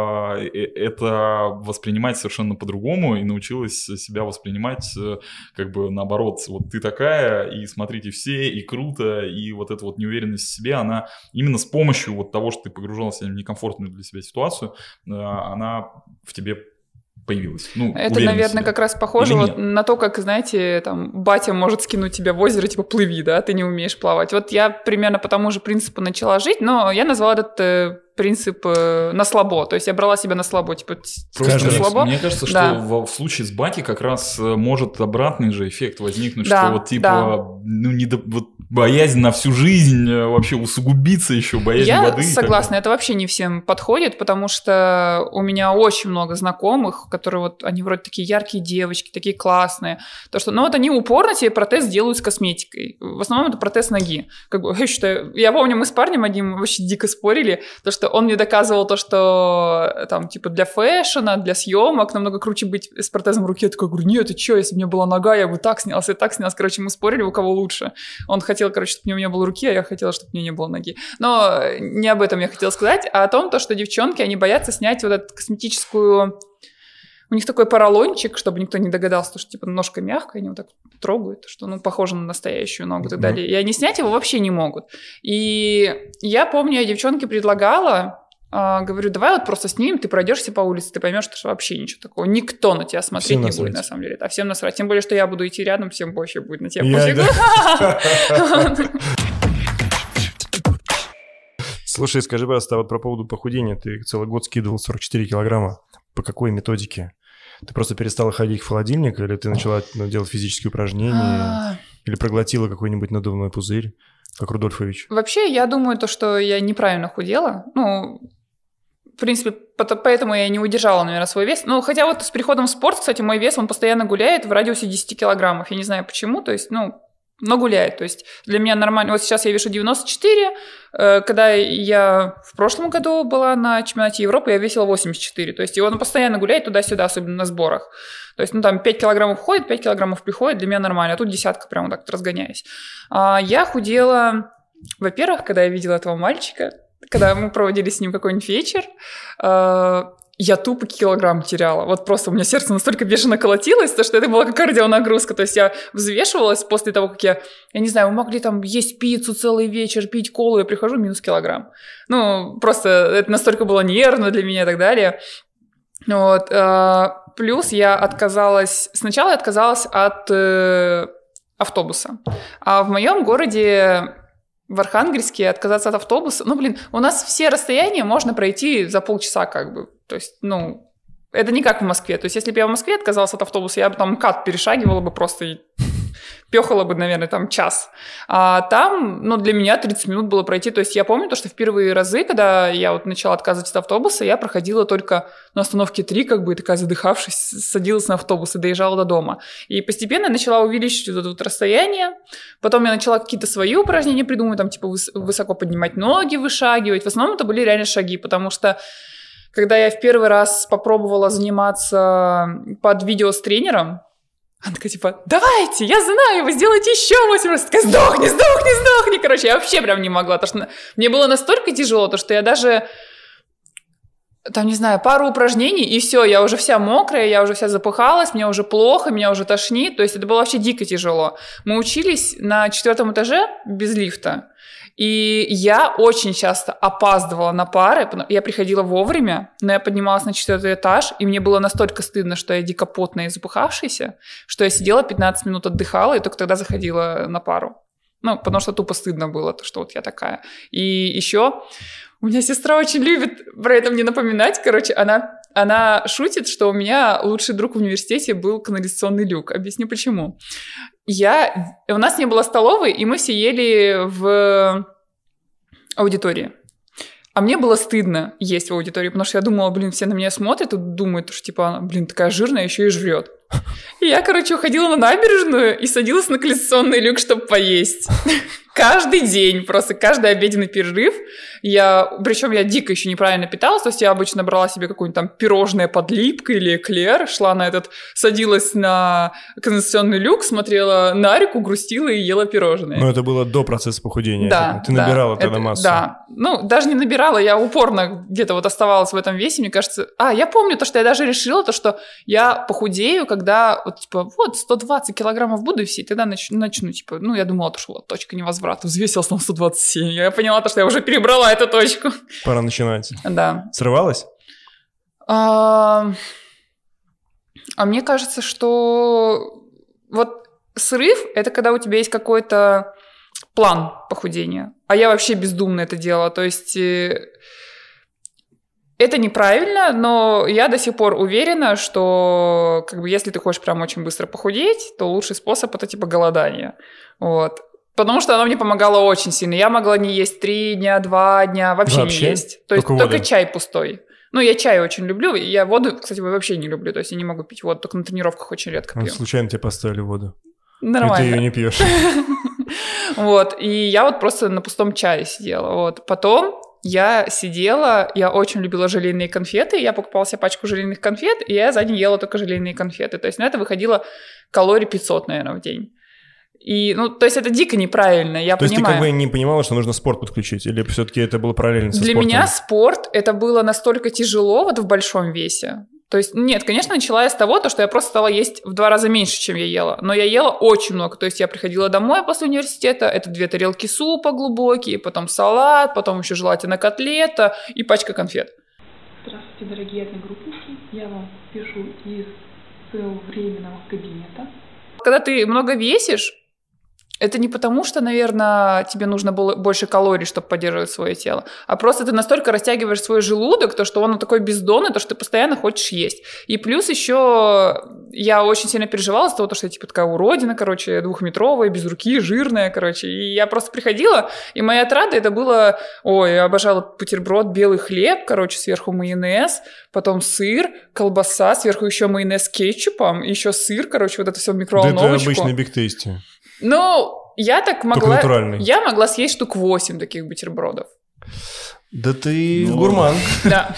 это воспринимать совершенно по-другому и научилась себя воспринимать наоборот. Ты такая, и смотрите все, и круто, и эта неуверенность в себе, она именно с помощью того, что ты погружалась в некомфортную для себя ситуацию, она в тебе появилась. Это, наверное, как раз похоже на то, как, знаете, батя может скинуть тебя в озеро, плыви, да, ты не умеешь плавать. Я примерно по тому же принципу начала жить, но я назвала этот принцип на слабо. То есть я брала себя на слабо, просто слабо. Мне кажется, что в случае с батей как раз может обратный же эффект возникнуть, что боязнь на всю жизнь вообще усугубиться еще, боязнь воды. Я согласна, это вообще не всем подходит, потому что у меня очень много знакомых, которые они вроде такие яркие девочки, такие классные. То, что, они упорно себе протез делают с косметикой. В основном это протез ноги. Я считаю, я помню, мы с парнем одним вообще дико спорили, то, что он мне доказывал то, что для фэшена, для съемок намного круче быть с протезом руки. Я такой говорю, нет, ты что, если бы у меня была нога, я бы так снялся и так снялся. Короче, мы спорили, у кого лучше. Он хотел, чтобы у меня не было руки, а я хотела, чтобы у меня не было ноги. Но не об этом я хотела сказать, а о том, что девчонки, они боятся снять эту косметическую... У них такой поролончик, чтобы никто не догадался, что ножка мягкая, они так трогают, что похоже на настоящую ногу и так далее. И они снять его вообще не могут. И я помню, я девчонке предлагала, говорю, давай просто снимем, ты пройдешься по улице, ты поймешь, что вообще ничего такого. Никто на тебя смотреть не будет, на самом деле. А всем насрать. Тем более, что я буду идти рядом, всем вообще будет на тебя пофиг. Слушай, скажи, пожалуйста, про поводу похудения. Ты целый год скидывал 44 килограмма. По какой методике? Ты просто перестала ходить в холодильник, или ты начала делать физические упражнения, или проглотила какой-нибудь надувной пузырь, как Рудольфович? Вообще, я думаю, что я неправильно худела. В принципе, поэтому я не удержала, наверное, свой вес. Хотя с приходом в спорт, кстати, мой вес, он постоянно гуляет в радиусе 10 килограммов. Я не знаю почему, то есть, но гуляет. То есть для меня нормально. Сейчас я вешу 94. Когда я в прошлом году была на чемпионате Европы, я весила 84. То есть он постоянно гуляет туда-сюда, особенно на сборах. То есть, 5 килограммов входит, 5 килограммов приходит, для меня нормально. А тут десятка прямо так разгоняюсь. Я худела, во-первых, когда я видела этого мальчика, когда мы проводили с ним какой-нибудь вечер, я тупо килограмм теряла. Просто у меня сердце настолько бешено колотилось, что это была как кардионагрузка. То есть я взвешивалась после того, как я не знаю, мы могли есть пиццу целый вечер, пить колу, я прихожу, минус килограмм. Просто это настолько было нервно для меня и так далее. Плюс сначала я отказалась от автобуса. А в моем городе, в Архангельске, отказаться от автобуса, у нас все расстояния можно пройти за полчаса То есть, это не как в Москве. То есть, если бы я в Москве отказалась от автобуса, я бы там МКАД перешагивала бы просто впёхала бы, наверное, там час. А там, ну, для меня 30 минут было пройти. То есть я помню то, что в первые разы, когда я вот начала отказываться от автобуса, я проходила только на остановке 3, как бы такая задыхавшись, садилась на автобус и доезжала до дома. И постепенно я начала увеличивать вот это вот расстояние. Потом я начала какие-то свои упражнения придумывать, там, типа, высоко поднимать ноги, вышагивать. В основном это были реально шаги, потому что когда я в первый раз попробовала заниматься под видео с тренером, она такая, типа, давайте, я знаю, вы сделаете еще 8 раз. Такая, сдохни. Короче, я вообще прям не могла, потому что мне было настолько тяжело, то, что я даже, там, не знаю, пару упражнений, и все, я уже вся мокрая, я уже вся запыхалась, мне уже плохо, меня уже тошнит. То есть это было вообще дико тяжело. Мы учились на 4 этаже без лифта. И я очень часто опаздывала на пары, я приходила вовремя, но я поднималась на 4 этаж, и мне было настолько стыдно, что я дико потная и запыхавшаяся, что я сидела 15 минут, отдыхала, и только тогда заходила на пару. Ну, потому что тупо стыдно было, то, что вот я такая. И еще у меня сестра очень любит про это мне напоминать, короче, она шутит, что у меня лучший друг в университете был канализационный люк. Объясню почему. У нас не было столовой, и мы все ели в аудитории. А мне было стыдно есть в аудитории, потому что я думала, все на меня смотрят и думают, что типа, такая жирная, еще и жрет. И я, уходила на набережную и садилась на канализационный люк, чтобы поесть. Каждый день, просто каждый обеденный перерыв. Причем я дико еще неправильно питалась, то есть я обычно брала себе какое-нибудь там пирожное под липкой или эклер, шла на садилась на канализационный люк, смотрела на реку, грустила и ела пирожное. Но это было до процесса похудения. Да. Ты набирала тогда массу. Да. Ну, даже не набирала, я упорно где-то оставалась в этом весе, мне кажется. Я помню то, что я даже решила, то, что я похудею, когда 120 килограммов буду, и все, и тогда начну, я думала, что точка невозврата. Взвесилась на 127. Я поняла, что я уже перебрала эту точку. Пора начинать. Да. Срывалась? Мне кажется, что срыв – это когда у тебя есть какой-то план похудения. А я вообще бездумно это делала. То есть это неправильно, но я до сих пор уверена, что если ты хочешь прям очень быстро похудеть, то лучший способ – это голодание. Вот. Потому что оно мне помогало очень сильно. Я могла не есть 3 дня, 2 дня, вообще не есть. То есть только чай пустой. Ну, я чай очень люблю. Я воду, кстати, вообще не люблю. То есть я не могу пить воду, только на тренировках очень редко пью. Случайно тебе поставили воду. Нормально. И ты ее не пьешь. И я просто на пустом чае сидела. Потом я сидела, я очень любила желейные конфеты, я покупала себе пачку желейных конфет, и я за день ела только желейные конфеты. То есть на это выходило калорий 500, наверное, в день. И, то есть это дико неправильно, я понимаю. То есть ты не понимала, что нужно спорт подключить? Или все-таки это было параллельно со спортом? Для меня спорт, это было настолько тяжело в большом весе. То есть, нет, конечно, начала я с того, что я просто стала есть в 2 раза меньше, чем я ела. Но я ела очень много. То есть я приходила домой после университета, это 2 тарелки супа глубокие, потом салат, потом еще желательно котлета и пачка конфет. Здравствуйте, дорогие одногруппники. Я вам пишу из своего временного кабинета. Когда ты много весишь, это не потому, что, наверное, тебе нужно было больше калорий, чтобы поддерживать свое тело, а просто ты настолько растягиваешь свой желудок, то, что он такой бездонный, то, что ты постоянно хочешь есть. И плюс еще я очень сильно переживала с того, что я такая уродина, 2-метровая, без руки, жирная, И я просто приходила, и моя отрада это было, я обожала бутерброд, белый хлеб, сверху майонез, потом сыр, колбаса, сверху еще майонез с кетчупом, еще сыр, это все в микроволновочку. Да это обычный Big Tasty. Я так могла... Я могла съесть штук 8 таких бутербродов. Да ты гурман. Да.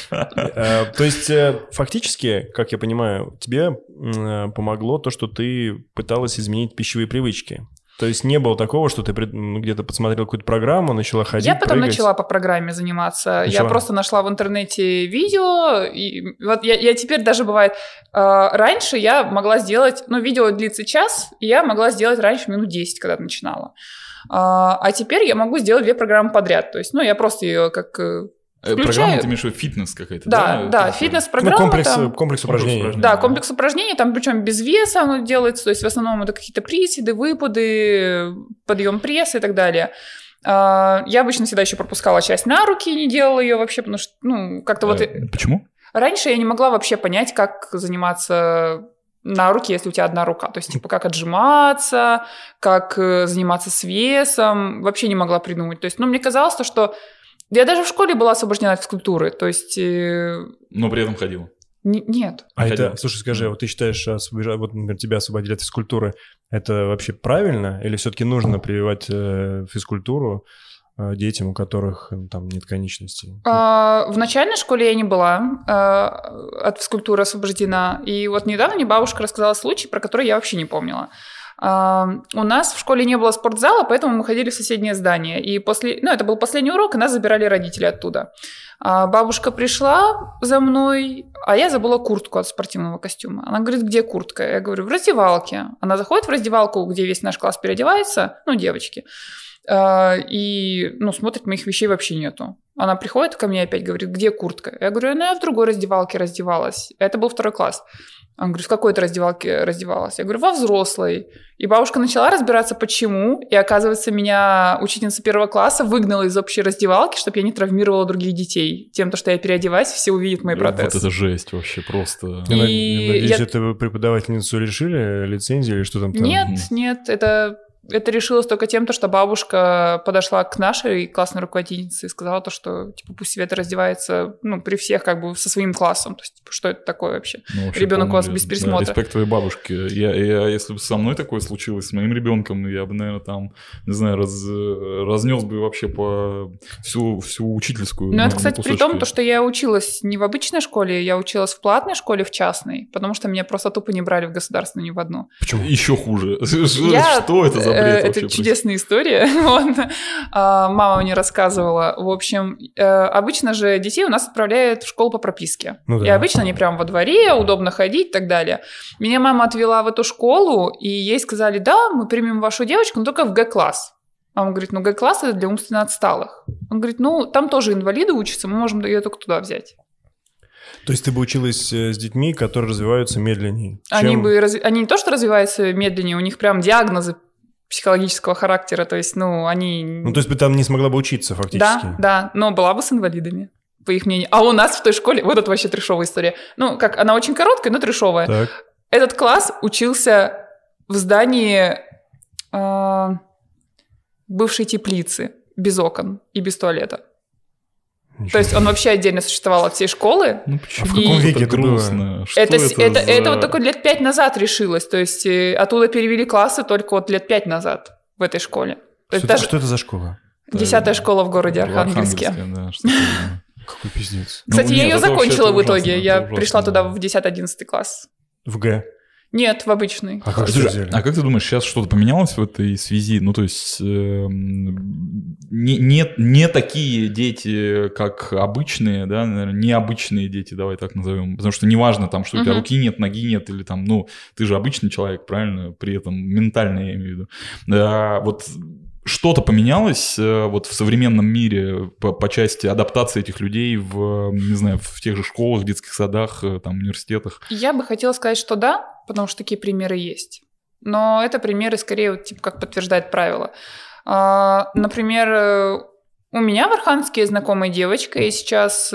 То есть, фактически, как я понимаю, тебе помогло то, что ты пыталась изменить пищевые привычки. То есть не было такого, что ты где-то подсмотрел какую-то программу, начала ходить, Я потом прыгать? начала по программе заниматься. Я просто нашла в интернете видео. И я теперь даже бывает... Раньше я могла сделать... видео длится час, и я могла сделать раньше минут 10, когда начинала. А теперь я могу сделать 2 программы подряд. То есть, я просто ее как... Программа, ты имеешь в виду фитнес какая-то, да, фитнес-программа. Комплекс упражнений. Да, комплекс упражнений, там причем без веса оно делается, то есть в основном это какие-то приседы, выпады, подъем пресса и так далее. Я обычно всегда еще пропускала часть на руки, не делала ее вообще, потому что, как-то Почему? Раньше я не могла вообще понять, как заниматься на руки, если у тебя одна рука. То есть, типа, как отжиматься, как заниматься с весом. Вообще не могла придумать. То есть, мне казалось, что... Я даже в школе была освобождена от физкультуры. То есть... Но при этом ходила? Нет. Слушай, скажи, вот ты считаешь, вот, например, тебя освободили от физкультуры, это вообще правильно? Или все-таки нужно прививать физкультуру детям, у которых там нет конечностей? В начальной школе я не была от физкультуры освобождена. И вот недавно мне бабушка рассказала случай, про который я вообще не помнила. У нас в школе не было спортзала, поэтому мы ходили в соседнее здание. И это был последний урок, и нас забирали родители оттуда. Бабушка пришла за мной, а я забыла куртку от спортивного костюма. Она говорит, где куртка? Я говорю, в раздевалке. Она заходит в раздевалку, где весь наш класс переодевается, девочки, и смотрит, моих вещей вообще нету. Она приходит ко мне и опять говорит, где куртка? Я говорю, я в другой раздевалке раздевалась. Это был 2 класс. Она говорит, в какой-то раздевалке раздевалась? Я говорю, во взрослой. И бабушка начала разбираться, почему. И оказывается, меня учительница 1 класса выгнала из общей раздевалки, чтобы я не травмировала других детей. Тем, что я переодеваюсь, все увидят мои протезы. Вот это жесть вообще просто. Надеюсь, это вы преподавательницу лишили лицензии или что там? Нет, это решилось только тем, что бабушка подошла к нашей классной руководительнице и сказала то, что пусть Света раздевается при всех со своим классом. То есть что это такое вообще? Ребенок у вас без присмотра. Респект твоей бабушке. Я, если бы со мной такое случилось, с моим ребенком, я бы, наверное, разнес бы вообще по всю учительскую. Это, кстати, при том, что я училась не в обычной школе, я училась в платной школе, в частной, потому что меня просто тупо не брали в государственную ни в одну. Почему? Еще хуже. Что это за бред? Это чудесная история. Мама мне рассказывала. В общем, обычно же детей у нас отправляют в школу по прописке. И обычно они прямо во дворе, удобно ходить и так далее. Меня мама отвела в эту школу, и ей сказали, да, мы примем вашу девочку, но только в Г-класс. Мама говорит, Г-класс это для умственно отсталых. Он говорит, там тоже инвалиды учатся, мы можем ее только туда взять. То есть ты бы училась с детьми, которые развиваются медленнее? Они не то, что развиваются медленнее, у них прям диагнозы психологического характера, то есть, они... то есть ты там не смогла бы учиться фактически? Да, но была бы с инвалидами, по их мнению. А у нас в той школе, вот это вообще трешовая история, она очень короткая, но трешовая. Так. Этот класс учился в здании бывшей теплицы, без окон и без туалета. То есть он вообще отдельно существовал от всей школы. Почему? В каком веке это грустно? Это вот только лет 5 назад решилось. То есть оттуда перевели классы только вот лет 5 назад в этой школе. Что это за школа? 10-я школа в городе Архангельске. Какой пиздец. Кстати, я ее закончила в итоге. Я пришла туда в 10-11 класс. В Г? Нет, в обычный. А как ты думаешь, сейчас что-то поменялось в этой связи? То есть не такие дети, как обычные, да, наверное, необычные дети, давай так назовем. Потому что неважно, что у тебя руки нет, ноги нет, или ты же обычный человек, правильно? При этом ментально, я имею в виду. Вот что-то поменялось в современном мире по части адаптации этих людей в тех же школах, детских садах, университетах? Я бы хотела сказать, что да, потому что такие примеры есть. Но это примеры скорее как подтверждает правило. Например, у меня в Архангельске есть знакомая девочка, ей сейчас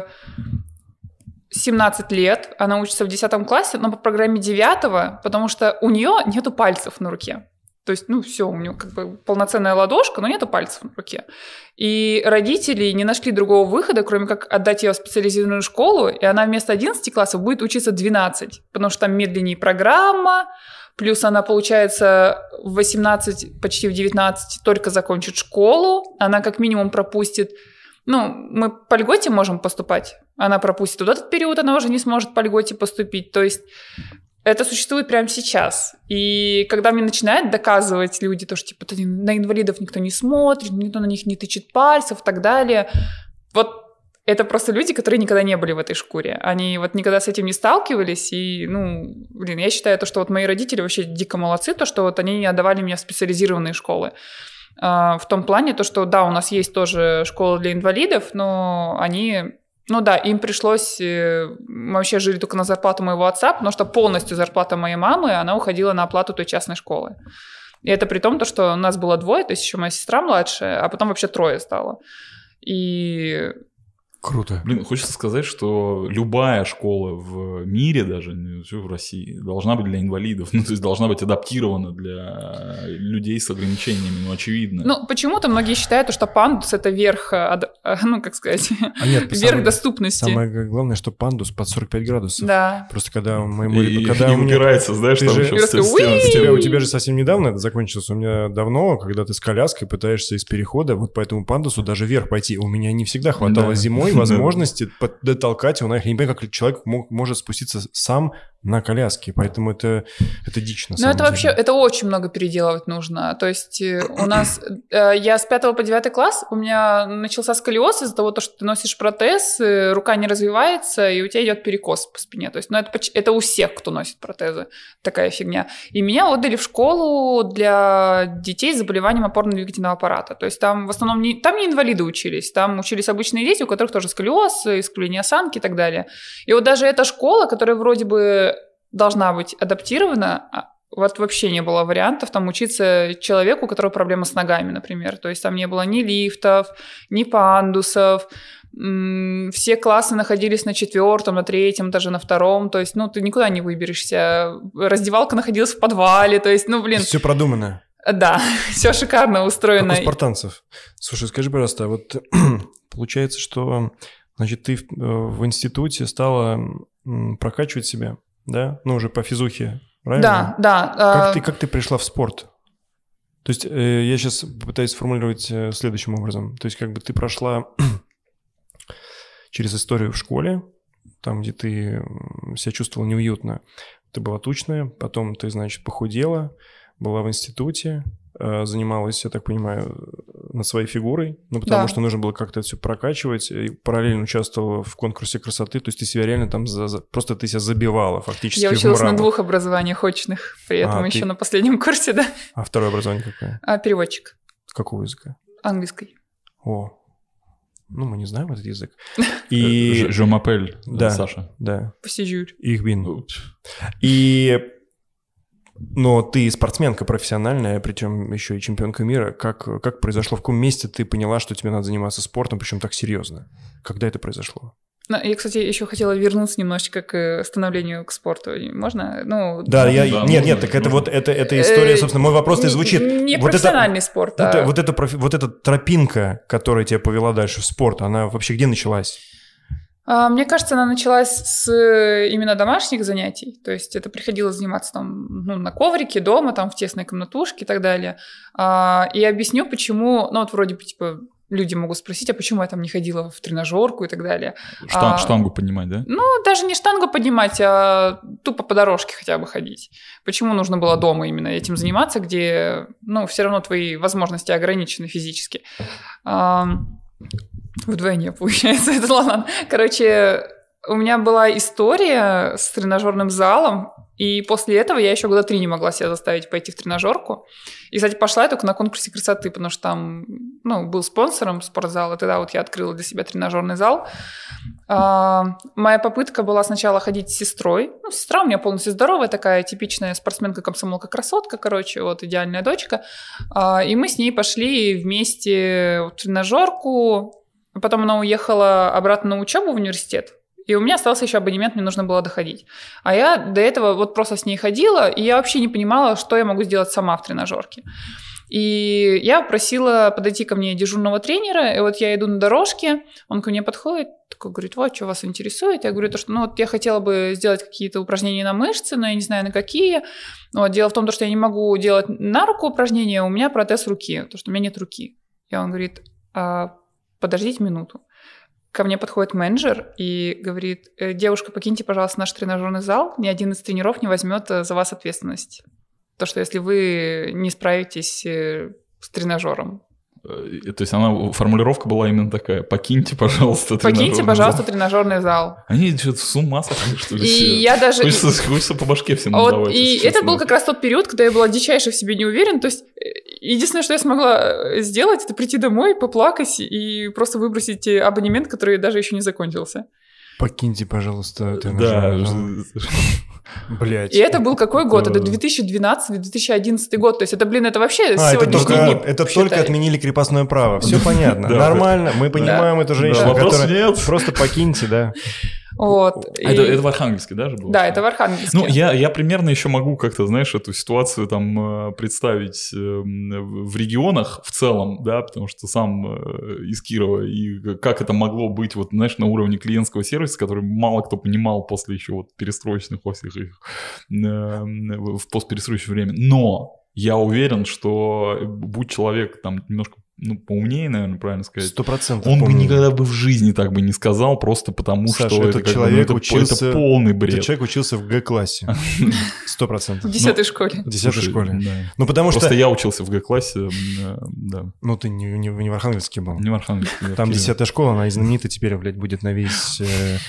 17 лет, она учится в 10 классе, но по программе 9, потому что у нее нету пальцев на руке. То есть, все, у нее полноценная ладошка, но нету пальцев на руке. И родители не нашли другого выхода, кроме как отдать ее в специализированную школу, и она вместо 11 классов будет учиться 12, потому что там медленнее программа, плюс она, получается, в 18, почти в 19 только закончит школу, она как минимум пропустит... мы по льготе можем поступать, она пропустит вот этот период, она уже не сможет по льготе поступить, то есть... Это существует прямо сейчас. И когда мне начинают доказывать люди, что на инвалидов никто не смотрит, никто на них не тычет пальцев и так далее, вот это просто люди, которые никогда не были в этой шкуре. Они никогда с этим не сталкивались. И, я считаю, что мои родители вообще дико молодцы, что они не отдавали меня в специализированные школы. В том плане, что да, у нас есть тоже школа для инвалидов, но они... им пришлось... Мы вообще жили только на зарплату моего отца, потому что полностью зарплата моей мамы, она уходила на оплату той частной школы. И это при том, что у нас было 2, то есть еще моя сестра младшая, а потом вообще 3 стало. И Круто. Блин, хочется сказать, что любая школа в мире, даже не в России, должна быть для инвалидов. Ну, то есть должна быть адаптирована для людей с ограничениями, ну, очевидно. Ну, почему-то многие считают, что пандус — это верх, ну, как сказать, верх доступности. Самое главное, что пандус под 45 градусов. Да. Просто когда и упирается, знаешь, там еще у тебя же совсем недавно это закончилось. У меня давно, когда ты с коляской пытаешься из перехода вот по этому пандусу даже вверх пойти. У меня не всегда хватало зимой возможности дотолкать его наверх. Я не понимаю, как человек может спуститься сам на коляске, поэтому это дичь на самом деле. Ну, это вообще, это очень много переделывать нужно. То есть у нас, я с 5 по 9 класс, у меня начался сколиоз из-за того, что ты носишь протез, рука не развивается, и у тебя идет перекос по спине. То есть, ну, это у всех, кто носит протезы, такая фигня. И меня отдали в школу для детей с заболеванием опорно-двигательного аппарата. То есть там в основном там не инвалиды учились, там учились обычные дети, у которых тоже сколиоз, искривление осанки и так далее. И вот даже эта школа, которая вроде бы должна быть адаптирована, вот вообще не было вариантов там учиться человеку, у которого проблемы с ногами, например. То есть там не было ни лифтов, ни пандусов. Все классы находились на 4-м, на 3-м, даже на 2-м. То есть, ну, ты никуда не выберешься. Раздевалка находилась в подвале. То есть, ну, блин. Все продумано. Да, все шикарно устроено. Как у спартанцев. Слушай, скажи, пожалуйста, вот получается, что, значит, ты в институте стала прокачивать себя, да? Ну, уже по физухе, правильно? Да. Как ты пришла в спорт? То есть я сейчас пытаюсь сформулировать следующим образом. То есть как бы ты прошла через историю в школе, там, где ты себя чувствовала неуютно. Ты была тучная, потом ты, значит, похудела, была в институте, занималась, я так понимаю, над своей фигурой, ну, потому что нужно было как-то это все прокачивать, и параллельно участвовала в конкурсе красоты, то есть ты себя реально там, просто ты себя забивала фактически в мрамор. Я училась на 2 образованиях очных, при этом еще на последнем курсе, да. А второе образование какое? Переводчик. Какого языка? Английский. О, ну, мы не знаем этот язык. И... Je m'appelle, да, Саша. Да. Посижу. Ich bin. Но ты спортсменка профессиональная, причем еще и чемпионка мира. Как произошло? В каком месте ты поняла, что тебе надо заниматься спортом, причем так серьезно? Когда это произошло? Я, кстати, еще хотела вернуться немножечко к становлению к спорту. Можно? Ну, да, нет, так это вот эта история, собственно, мой вопрос-то и звучит. Не вот профессиональный спорт, вот эта тропинка, которая тебя повела дальше в спорт, она вообще где началась? Мне кажется, она началась с именно домашних занятий. То есть это приходилось заниматься там, ну, на коврике, дома, там в тесной комнатушке и так далее. И объясню, почему... Ну, вот вроде бы, типа, люди могут спросить, а почему я там не ходила в тренажерку и так далее. Штангу поднимать, да? Ну, даже не штангу поднимать, а тупо по дорожке хотя бы ходить. Почему нужно было дома именно этим заниматься, где, ну, все равно твои возможности ограничены физически. Вдвойне, получается, это ладно. Короче, у меня была история с тренажерным залом, и после этого я еще 3 года не могла себя заставить пойти в тренажерку. И, кстати, пошла я только на конкурсе красоты, потому что там, ну, был спонсором спортзала, тогда вот я открыла для себя тренажерный зал. Моя попытка была сначала ходить с сестрой. Ну, сестра у меня полностью здоровая, такая типичная спортсменка-комсомолка-красотка, короче, вот идеальная дочка. И мы с ней пошли вместе в тренажерку. Потом она уехала обратно на учебу в университет, и у меня остался еще абонемент, мне нужно было доходить. А я до этого вот просто с ней ходила, и я вообще не понимала, что я могу сделать сама в тренажерке. И я просила подойти ко мне дежурного тренера, и вот я иду на дорожке, он ко мне подходит, такой говорит: вот, что вас интересует? Я говорю, что, ну, вот я хотела бы сделать какие-то упражнения на мышцы, но я не знаю, на какие. Вот, дело в том, что я не могу делать на руку упражнения, у меня протез руки, потому что у меня нет руки. И он говорит: подождите минуту. Ко мне подходит менеджер и говорит: девушка, покиньте, пожалуйста, наш тренажерный зал, ни один из тренеров не возьмет за вас ответственность. То, что если вы не справитесь с тренажером. То есть формулировка была именно такая: покиньте, пожалуйста, тренажерный зал. Они что-то с ума сошли, что ли? И я даже... Хочется по башке всем надавать. И это был как раз тот период, когда я была дичайше в себе не уверена. То есть единственное, что я смогла сделать, это прийти домой, поплакать и просто выбросить абонемент, который даже еще не закончился. Покиньте, пожалуйста, тренажерный зал. Блять. И это был какой год? Это 2012-2011 год. То есть это, это вообще сегодняшний день. Это только отменили крепостное право. Все понятно. Нормально. Мы понимаем эту женщину, которая... Просто покиньте, да. Вот. Это в Архангельске, да, же было? Да, это в Архангельске. Ну, я примерно еще могу как-то, знаешь, эту ситуацию там представить в регионах в целом, да, потому что сам из Кирова, и как это могло быть, вот, знаешь, на уровне клиентского сервиса, который мало кто понимал после еще вот перестроечных во всех их, в постперестроечное время. Но я уверен, что будь человек там немножко поумнее, наверное, правильно сказать. 100%. Он бы никогда бы в жизни так бы не сказал, просто потому Саша, что этот человек учился, это полный бред. Этот человек учился в Г-классе. 100%. В 10-й школе. В 10-й школе. Да. Ну, потому просто что... я учился в Г-классе, да. Ну, ты не в Архангельске был. Не в Архангельске. Там 10-я школа, она и знаменита теперь, блядь, будет на всю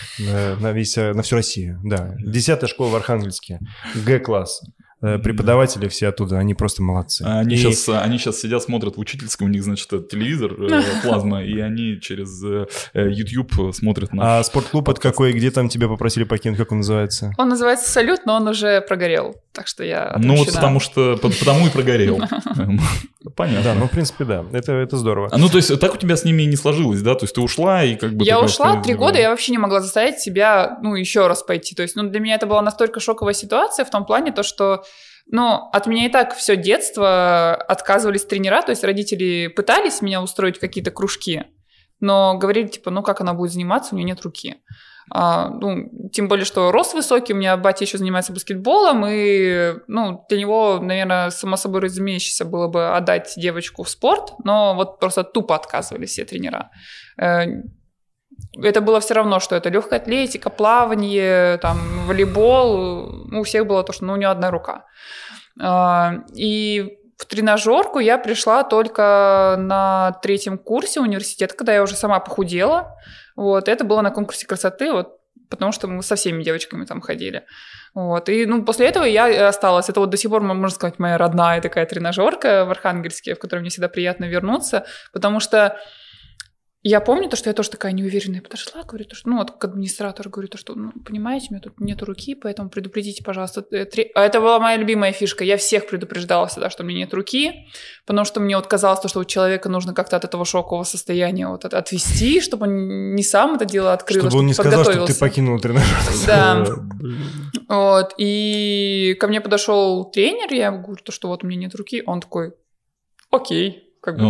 Россию. Да. 10-я школа в Архангельске. Г-класс. Преподаватели все оттуда, они просто молодцы. Они сейчас сидят, смотрят в учительском, у них, значит, телевизор, плазма, и они через YouTube смотрят на... А спортклуб это какой, где там тебя попросили покинуть, как он называется? Он называется «Салют», но он уже прогорел, так что я отмечена. Ну вот потому и прогорел. Понятно. Да, ну в принципе да, это здорово. Ну то есть так у тебя с ними не сложилось, да? То есть ты ушла и как бы... Я ушла 3 года, я вообще не могла заставить себя, еще раз пойти. То есть, для меня это была настолько шоковая ситуация в том плане, то что от меня и так все детство отказывались тренера, то есть родители пытались меня устроить в какие-то кружки, но говорили, типа, как она будет заниматься, у нее нет руки. Тем более, что рост высокий, у меня батя еще занимается баскетболом, и, для него, наверное, само собой разумеющееся было бы отдать девочку в спорт, но вот просто тупо отказывались все тренера. Это было все равно, что это легкая атлетика, плавание, там, волейбол. У всех было то, что у нее одна рука. И в тренажерку я пришла только на 3-м курсе университета, когда я уже сама похудела. Вот, это было на конкурсе красоты, потому что мы со всеми девочками там ходили. Вот, и после этого я осталась. Это до сих пор, можно сказать, моя родная такая тренажерка в Архангельске, в которой мне всегда приятно вернуться, потому что я помню то, что я тоже такая неуверенная подошла, говорю, то, что, к администратору говорю, то, что, понимаете, у меня тут нету руки, поэтому предупредите, пожалуйста. А это была моя любимая фишка. Я всех предупреждала всегда, что у меня нет руки, потому что мне казалось, что у человека нужно как-то от этого шокового состояния отвести, чтобы он не сам это дело открыл, чтобы он не сказал, что ты покинул тренажер. Да. Вот. И ко мне подошел тренер, я говорю, то, что у меня нет руки. Он такой, окей.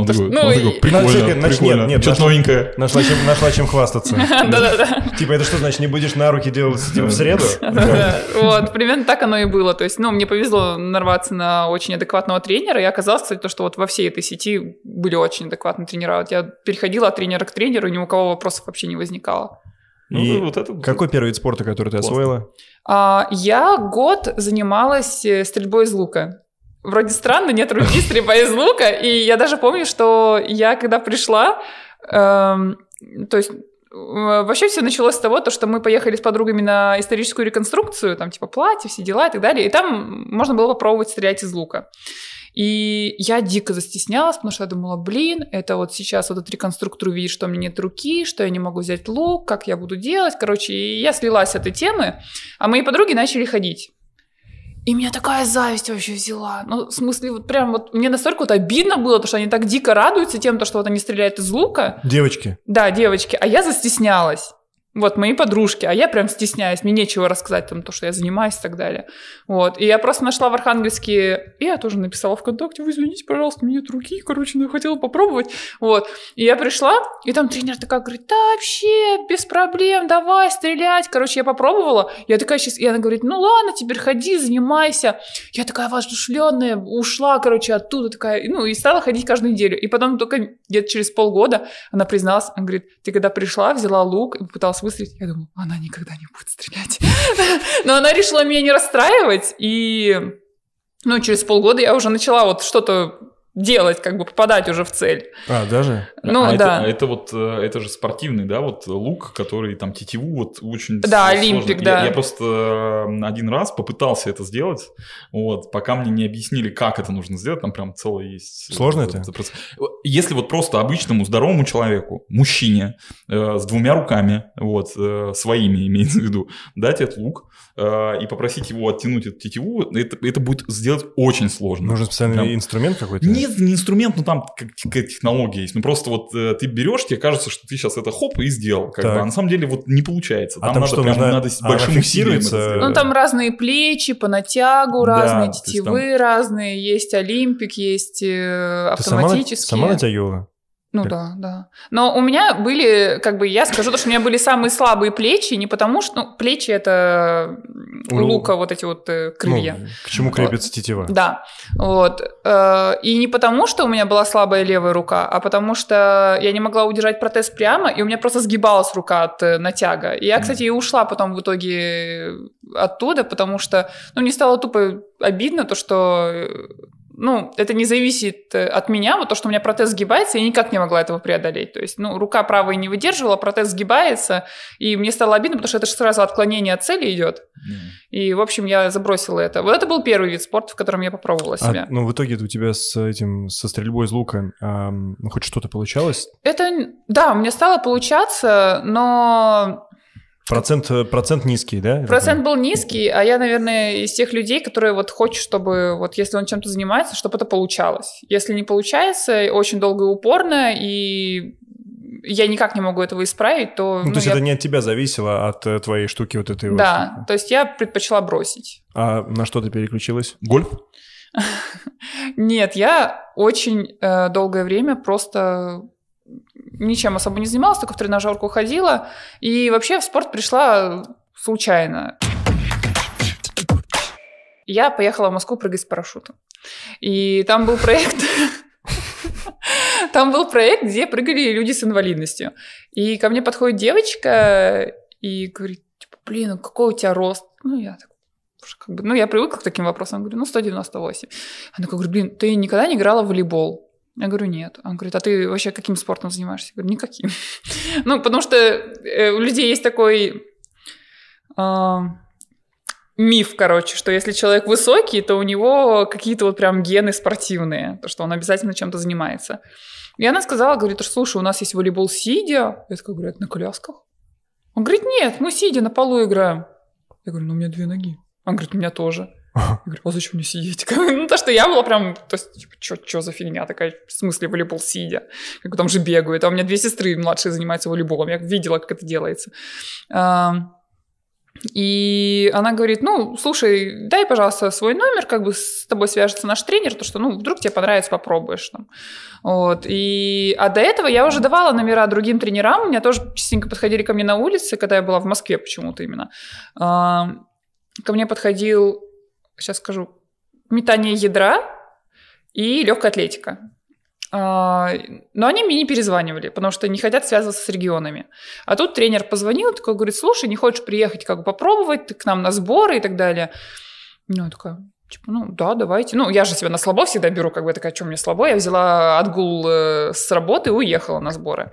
Прикольно. Нет, что-то новенькое. Нашла чем хвастаться. Да-да-да. Типа, это что значит, не будешь на руки делать в среду? Вот, примерно так оно и было. То есть, мне повезло нарваться на очень адекватного тренера, и оказалось, кстати, то, что во всей этой сети были очень адекватные тренера. Я переходила от тренера к тренеру, и ни у кого вопросов вообще не возникало. И какой первый вид спорта, который ты освоила? Я год занималась стрельбой из лука. Вроде странно, нет руки, стрельба из лука. И я даже помню, что я когда пришла, то есть вообще все началось с того, что мы поехали с подругами на историческую реконструкцию, там типа платье, все дела и так далее. И там можно было попробовать стрелять из лука. И я дико застеснялась, потому что я думала, это сейчас этот реконструктор увидит, что у меня нет руки, что я не могу взять лук, как я буду делать. Короче, и я слилась с этой темы, а мои подруги начали ходить. И меня такая зависть вообще взяла. В смысле, мне настолько обидно было, потому что они так дико радуются тем, что они стреляют из лука. Девочки. Да, девочки. А я застеснялась. Мои подружки, а я прям стесняюсь, мне нечего рассказать то, что я занимаюсь и так далее. И я просто нашла в Архангельске, и я тоже написала ВКонтакте, вы извините, пожалуйста, у меня нет руки, я хотела попробовать. И я пришла, и там тренер такая говорит, да вообще, без проблем, давай стрелять. Я попробовала, я такая сейчас, и она говорит, ладно, теперь ходи, занимайся. Я такая воодушевленная, ушла, оттуда такая, и стала ходить каждую неделю. И потом только где-то через полгода она призналась, она говорит, ты когда пришла, взяла лук и попыталась выстрелить, я думала, она никогда не будет стрелять. Но она решила меня не расстраивать, и через полгода я уже начала что-то делать, как бы попадать уже в цель. Даже? Ну, да. Это же спортивный, да, вот лук, который там тетиву вот очень да, сложно. олимпик, да. Я просто один раз попытался это сделать, вот, пока мне не объяснили, как это нужно сделать, там прям целое есть... Сложно это? Если вот просто обычному здоровому человеку, мужчине, с 2 руками, вот, своими имеется в виду, дать этот лук и попросить его оттянуть эту тетиву, это будет сделать очень сложно. Нужен специальный инструмент какой-то? Нет, не инструмент, но там какая-то технология есть. Ну просто вот ты берешь, тебе кажется, что ты сейчас это хоп и сделал. Как бы. А на самом деле вот не получается. Там надо с большим усилием это сделать. Ну там разные плечи по натягу, разные тетивы разные. Есть олимпик, есть автоматические. Ты сама натягивала? Ну да. Но у меня были, как бы, я скажу, что у меня были самые слабые плечи, не потому что, ну, плечи это лука, вот эти вот крылья. Ну, к чему крепится тетива. Да, вот. И не потому, что у меня была слабая левая рука, а потому что я не могла удержать протез прямо, и у меня просто сгибалась рука от натяга. И я, кстати, и ушла потом в итоге оттуда, потому что, ну, мне стало тупо обидно то, что... Ну, это не зависит от меня, вот то, что у меня протез сгибается, я никак не могла этого преодолеть. То есть, ну, рука правая не выдерживала, протез сгибается, и мне стало обидно, потому что это же сразу отклонение от цели идет. И, в общем, я забросила это. Вот это был первый вид спорта, в котором я попробовала себя. Ну, в итоге у тебя со стрельбой из лука хоть что-то получалось? Да, у меня стало получаться, но... Процент низкий, да? Процент был низкий, а я, наверное, из тех людей, которые вот хочет, чтобы вот если он чем-то занимается, чтобы это получалось. Если не получается, очень долго и упорно, и я никак не могу этого исправить, то... Ну, то есть это не от тебя зависело, от твоей штуки вот этой Да, вот. то есть я предпочла бросить. А на что ты переключилась? Гольф? Нет, я очень долгое время просто... ничем особо не занималась, только в тренажерку ходила. И вообще в спорт пришла случайно. Я поехала в Москву прыгать с парашютом. И там был проект... Там был проект, где прыгали люди с инвалидностью. И ко мне подходит девочка и говорит, типа, блин, какой у тебя рост? Ну, я так... Как бы, ну, я привыкла к таким вопросам. Я говорю, 198. Она говорит, блин, ты никогда не играла в волейбол? Я говорю, нет. Он говорит, а ты вообще каким спортом занимаешься? Я говорю, никаким. Ну, потому что у людей есть такой миф, короче, что если человек высокий, то у него какие-то вот прям гены спортивные, то что он обязательно чем-то занимается. И она сказала, говорит, слушай, у нас есть волейбол сидя. Я такая говорю, это на колясках? Он говорит, нет, мы сидя на полу играем. Я говорю, ну у меня 2 ноги. Он говорит, у меня тоже. Я говорю, а зачем мне сидеть? Ну, то, что я была прям, то есть, типа, что за фигня такая, в смысле волейбол сидя? Как бы там же бегают, а у меня 2 сестры младшие занимаются волейболом, я видела, как это делается. И она говорит, ну, слушай, дай, пожалуйста, свой номер, как бы с тобой свяжется наш тренер, то, что, ну, вдруг тебе понравится, попробуешь там. Вот. А до этого я уже давала номера другим тренерам, у меня тоже частенько подходили ко мне на улице, когда я была в Москве почему-то именно. Ко мне подходил, сейчас скажу, метание ядра и легкая атлетика. Но они мне не перезванивали, потому что не хотят связываться с регионами. А тут тренер позвонил, такой говорит, слушай, не хочешь приехать как бы попробовать, ты к нам на сборы и так далее. Ну, я такая, типа, ну да, давайте. Ну, я же себя на слабо всегда беру, как бы такая, что мне слабо. Я взяла отгул с работы и уехала на сборы.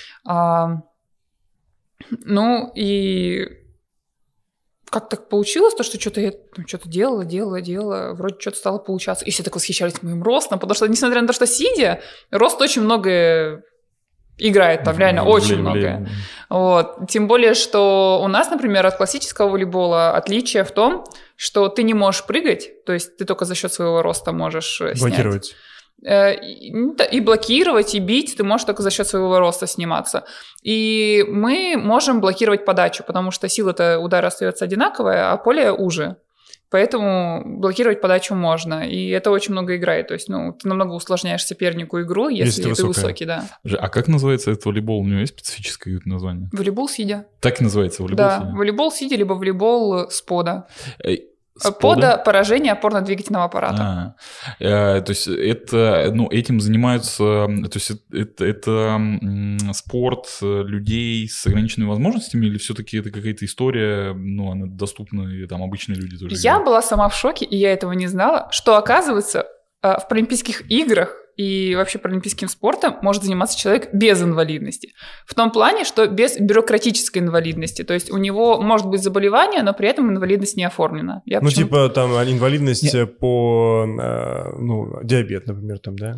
Ну, и... Как так получилось, то, что что-то я что-то делала, вроде что-то стало получаться. И все так восхищались моим ростом, потому что, несмотря на то, что сидя, рост очень многое играет там, реально очень многое. Вот. Тем более, что у нас, например, от классического волейбола отличие в том, что ты не можешь прыгать, то есть ты только за счет своего роста можешь снять. Блокировать. И блокировать, и бить ты можешь только за счет своего роста сниматься. И мы можем блокировать подачу, потому что сила-то удара остается одинаковая, а поле уже. Поэтому блокировать подачу можно. И это очень много играет. То есть, ну, ты намного усложняешь сопернику игру, если ты высокий, да. А как называется этот волейбол? У него есть специфическое название? Волейбол сидя. Так и называется, волейбол сидя? Да, волейбол сидя, либо волейбол спода. Пода поражение опорно-двигательного аппарата. То есть это, ну, этим занимаются, то есть это спорт людей с ограниченными возможностями, или все-таки это какая-то история, ну, она доступна, и там обычные люди тоже? Я была сама в шоке, и я этого не знала, что, оказывается, в Олимпийских играх и вообще паралимпийским спортом может заниматься человек без инвалидности. В том плане, что без бюрократической инвалидности. То есть у него может быть заболевание, но при этом инвалидность не оформлена. Типа там инвалидность по диабет, например, там, да?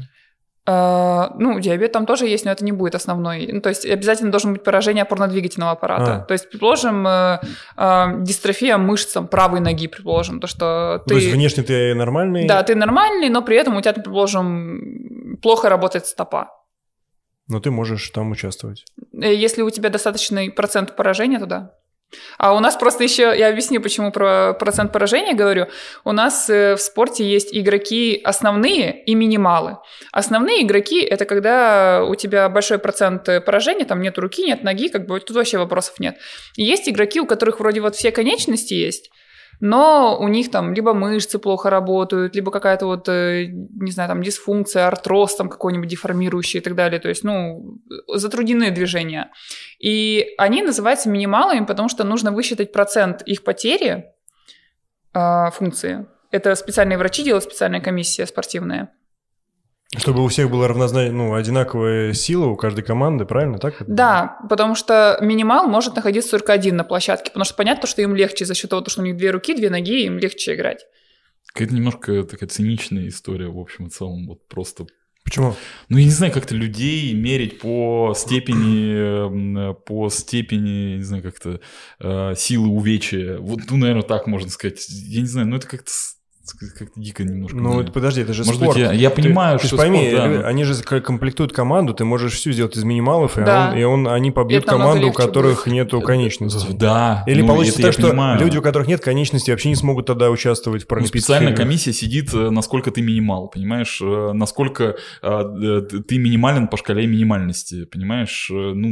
Диабет там тоже есть, но это не будет основной. То есть обязательно должен быть поражение опорно-двигательного аппарата. То есть, предположим, дистрофия мышцам правой ноги, предположим. То есть внешне ты нормальный? Да, ты нормальный, но при этом у тебя, предположим, плохо работает стопа. Но ты можешь там участвовать. Если у тебя достаточный процент поражения, то да. А у нас просто еще, я объясню, почему про процент поражения говорю. У нас в спорте есть игроки основные и минималы. Основные игроки – это когда у тебя большой процент поражения, там нет руки, нет ноги, тут вообще вопросов нет. И есть игроки, у которых вроде вот все конечности есть, но у них там либо мышцы плохо работают, либо какая-то дисфункция, артроз там какой-нибудь деформирующий и так далее. То есть, затруднены движения. И они называются минималами, потому что нужно высчитать процент их потери функции. Это специальные врачи делают, специальная комиссия спортивная. Чтобы у всех была одинаковая сила у каждой команды, правильно? Так? Да, потому что минимал может находиться только один на площадке, потому что понятно, что им легче за счет того, что у них 2 руки, 2 ноги, им легче играть. Какая-то немножко такая циничная история, в общем и целом, вот просто... Почему? Я не знаю, как-то людей мерить по степени, не знаю, как-то силы увечья. Наверное, так можно сказать. Я не знаю, это как-то дико немножко. Подожди, это же может спорт. Быть, я понимаю, что пойми, спорт, да, они же комплектуют команду, ты можешь все сделать из минималов, да. и они побьют команду, у которых нету конечностей. Да. Или получится так, что люди, у которых нет конечностей, вообще не смогут тогда участвовать в паралимпийских специальная играх. комиссия сидит, насколько ты минимал, понимаешь? Насколько ты минимален по шкале минимальности, понимаешь?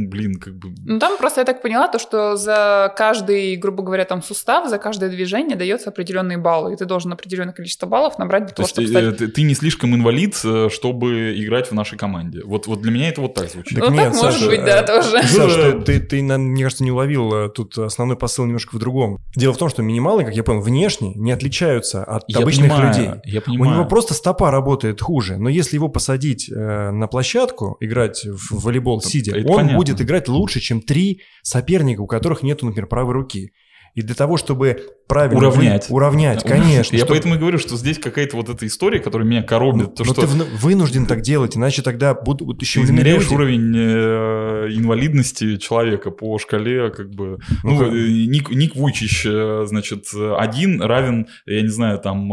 Там просто я так поняла, что за каждый, грубо говоря, там сустав, за каждое движение дается определенные баллы, и ты должен определенное количество баллов набрать для того, чтобы стать... Ты не слишком инвалид, чтобы играть в нашей команде. Вот для меня это вот так звучит. Так нет, может Саша, быть, да, тоже. Саша, ты, мне кажется, не уловил тут основной посыл немножко в другом. Дело в том, что минималы, как я понял, внешне не отличаются от обычных людей. Я понимаю. У него просто стопа работает хуже, но если его посадить на площадку, играть в волейбол сидя, он будет играть лучше, чем 3 соперника, у которых нету, например, правой руки. И для того, чтобы правильно уравнять, конечно. Я поэтому и говорю, что здесь какая-то вот эта история, которая меня коробит. Но ты вынужден так делать, иначе тогда будут еще ты измеряешь уровень инвалидности человека по шкале, Ник Вуйчич, значит, 1 равен, я не знаю, там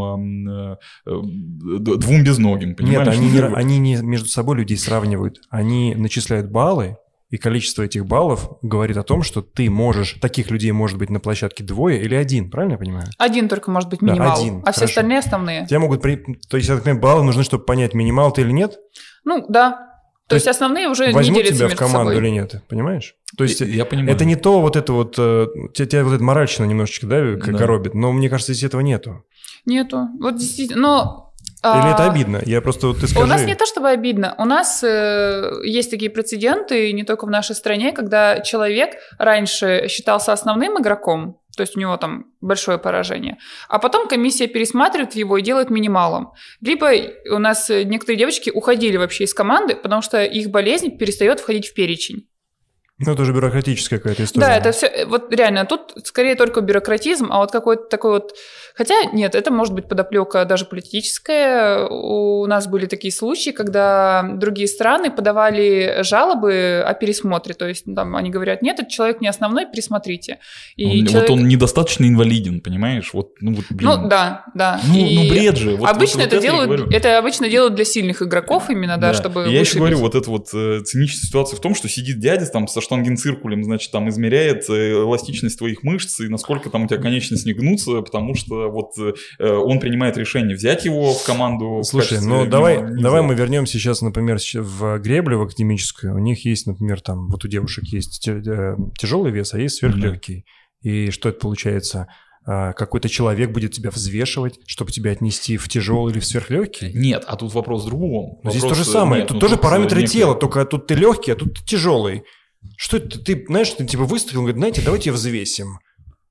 2 безногим, понимаешь? Нет, они не между собой людей сравнивают, они начисляют баллы. И количество этих баллов говорит о том, что таких людей может быть на площадке 2 или 1, правильно я понимаю? 1 только может быть минимал, да, 1, а все остальные основные. Тебя могут То есть, например, баллы нужны, чтобы понять, минимал ты или нет? Да. То есть основные уже не делятся между собой. Возьмут тебя в команду или нет, понимаешь? То есть я понимаю. Это не то тебя вот эта моральщина немножечко, да, коробит, но мне кажется, здесь этого нету. Нету. Вот действительно, Или это обидно? Я просто, ты скажи. У нас не то чтобы обидно. У нас есть такие прецеденты, не только в нашей стране, когда человек раньше считался основным игроком, то есть у него там большое поражение, а потом комиссия пересматривает его и делает минималом. Либо у нас некоторые девочки уходили вообще из команды, потому что их болезнь перестает входить в перечень. Это уже бюрократическая какая-то история. Да, это все, вот реально, тут скорее только бюрократизм, а вот какой-то такой вот... Хотя нет, это может быть подоплека даже политическая. У нас были такие случаи, когда другие страны подавали жалобы о пересмотре. То есть там они говорят, нет, этот человек не основной, пересмотрите. И вот он недостаточно инвалиден, понимаешь? Да. Бред же. Обычно это обычно делают для сильных игроков именно, да, чтобы... Я еще говорю, вот эта вот циничная ситуация в том, что сидит дядя там со штангенциркулем, значит, там измеряет эластичность твоих мышц и насколько там у тебя конечности не гнутся, потому что вот он принимает решение взять его в команду. Слушай, давай мы вернемся сейчас, например, в греблю, в академическую. У них есть, например, там, вот у девушек есть тяжелый вес, а есть сверхлегкий. И что это получается? Какой-то человек будет тебя взвешивать, чтобы тебя отнести в тяжелый или в сверхлегкий? Нет, а тут вопрос в другом. Здесь то же самое. Тут тоже параметры тела, только тут ты легкий, а тут ты тяжелый. Что это? Ты, знаешь, ты типа выступил, говорит, знаете, давайте взвесим.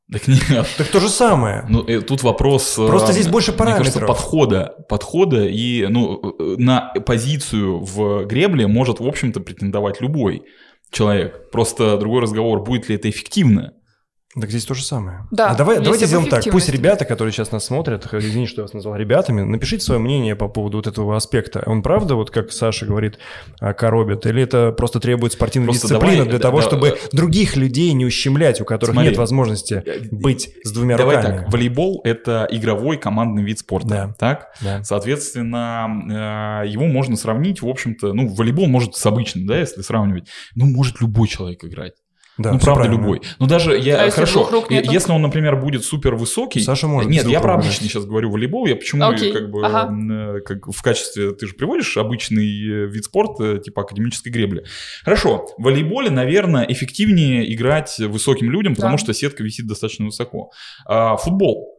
Так нет. Так то же самое. Ну, тут вопрос... Просто здесь больше параметров. Мне кажется, подхода и на позицию в гребле может, в общем-то, претендовать любой человек. Просто другой разговор, будет ли это эффективно. Так здесь то же самое. Да, давайте сделаем так. Пусть ребята, которые сейчас нас смотрят, извините, что я вас назвал ребятами, напишите свое мнение по поводу вот этого аспекта. Он правда, вот как Саша говорит, коробит? Или это просто требует спортивной дисциплины для того, чтобы других людей не ущемлять, у которых нет возможности быть с двумя руками? Давай так, волейбол – это игровой командный вид спорта. Да. Так? Да. Соответственно, его можно сравнить, в общем-то, волейбол может с обычным, да, если сравнивать, может любой человек играть. Да, правда, правильно. Любой. Но даже хорошо, если он, например, будет супер высокий. Саша может. Нет, я про обычный сейчас говорю волейбол. Я почему как в качестве, ты же приводишь обычный вид спорта, типа академической гребли. Хорошо, в волейболе, наверное, эффективнее играть высоким людям, потому что сетка висит достаточно высоко. Футбол.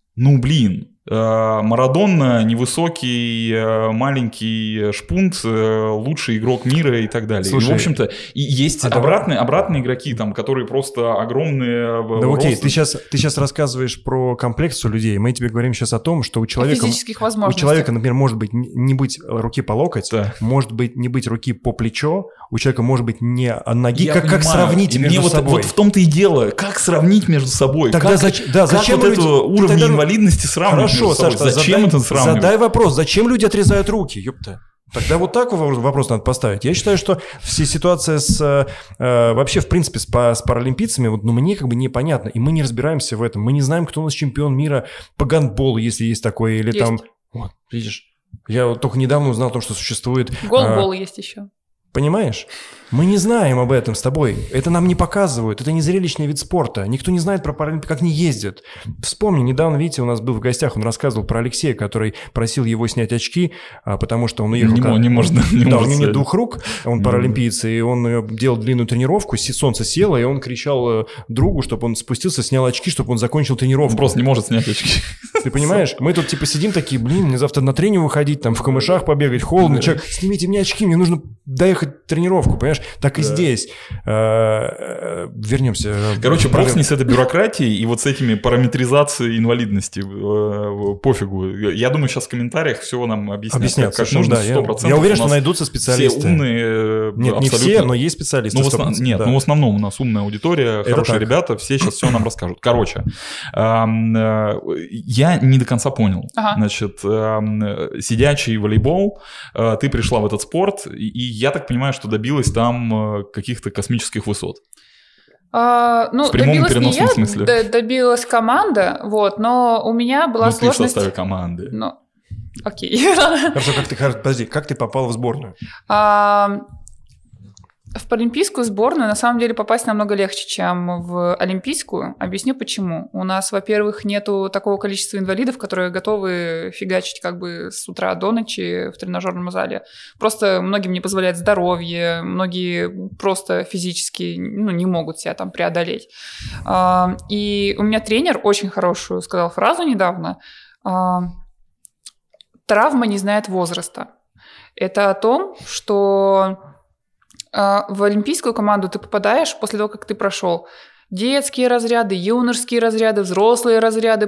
Марадона, невысокий, маленький шпунт, лучший игрок мира и так далее. Слушай, и, в общем-то, есть обратные игроки, там, которые просто огромные. Да окей, ты сейчас рассказываешь про комплекцию людей. Мы тебе говорим сейчас о том, что у человека, например, может быть не быть руки по локоть, может быть не быть руки по плечо, у человека может быть не ноги. Как сравнить между собой? Вот в том-то и дело, как сравнить между собой. Тогда зачем вот это уровень инвалидности сравнивать? Хорошо, Саша, зачем это сравнивать? Задай вопрос, зачем люди отрезают руки, ёпта? Тогда вот так вопрос надо поставить. Я считаю, что вся ситуация вообще, в принципе, с паралимпийцами, мне как бы непонятно, и мы не разбираемся в этом. Мы не знаем, кто у нас чемпион мира по гандболу, если есть такое, или есть. Там... Вот, видишь, я вот только недавно узнал о том, что существует... Голбол есть еще. Понимаешь? Мы не знаем об этом с тобой. Это нам не показывают. Это не зрелищный вид спорта. Никто не знает про паралимпиаду, как они ездят. Вспомни, недавно, видите, у нас был в гостях, он рассказывал про Алексея, который просил его снять очки, потому что он уехал... Не может. У него нет двух рук, он паралимпиец, и он делал длинную тренировку, солнце село, и он кричал другу, чтобы он спустился, снял очки, чтобы он закончил тренировку. Он просто не может снять очки. Ты понимаешь? Мы тут типа сидим такие, мне завтра на тренинг выходить, там в камышах побегать, холодно. Человек, снимите мне очки, мне нужно доехать тренировку, понимаешь? Так и здесь. Вернемся. Короче, бог с ней с этой бюрократией и вот с этими параметризацией инвалидности. Пофигу. Я думаю, сейчас в комментариях все нам объяснят, как нужно, 100%. Я уверен, что найдутся специалисты. Все умные. Нет, не все, но есть специалисты. В основном у нас умная аудитория, хорошие ребята, все сейчас все нам расскажут. Короче, я не до конца понял. Значит, сидячий волейбол, ты пришла в этот спорт, и я так понимаю, что добилась там каких-то космических высот. В прямом и переносном смысле. Добилась команда, но у меня была сложность... ты в составе команды. Окей. Хорошо, как ты попала в сборную? В паралимпийскую сборную на самом деле попасть намного легче, чем в олимпийскую. Объясню почему. У нас, во-первых, нету такого количества инвалидов, которые готовы фигачить как бы с утра до ночи в тренажерном зале. Просто многим не позволяет здоровье, многие просто физически не могут себя там преодолеть. И у меня тренер очень хорошую сказал фразу недавно. Травма не знает возраста. Это о том, что... В олимпийскую команду ты попадаешь после того, как ты прошел детские разряды, юношеские разряды, взрослые разряды,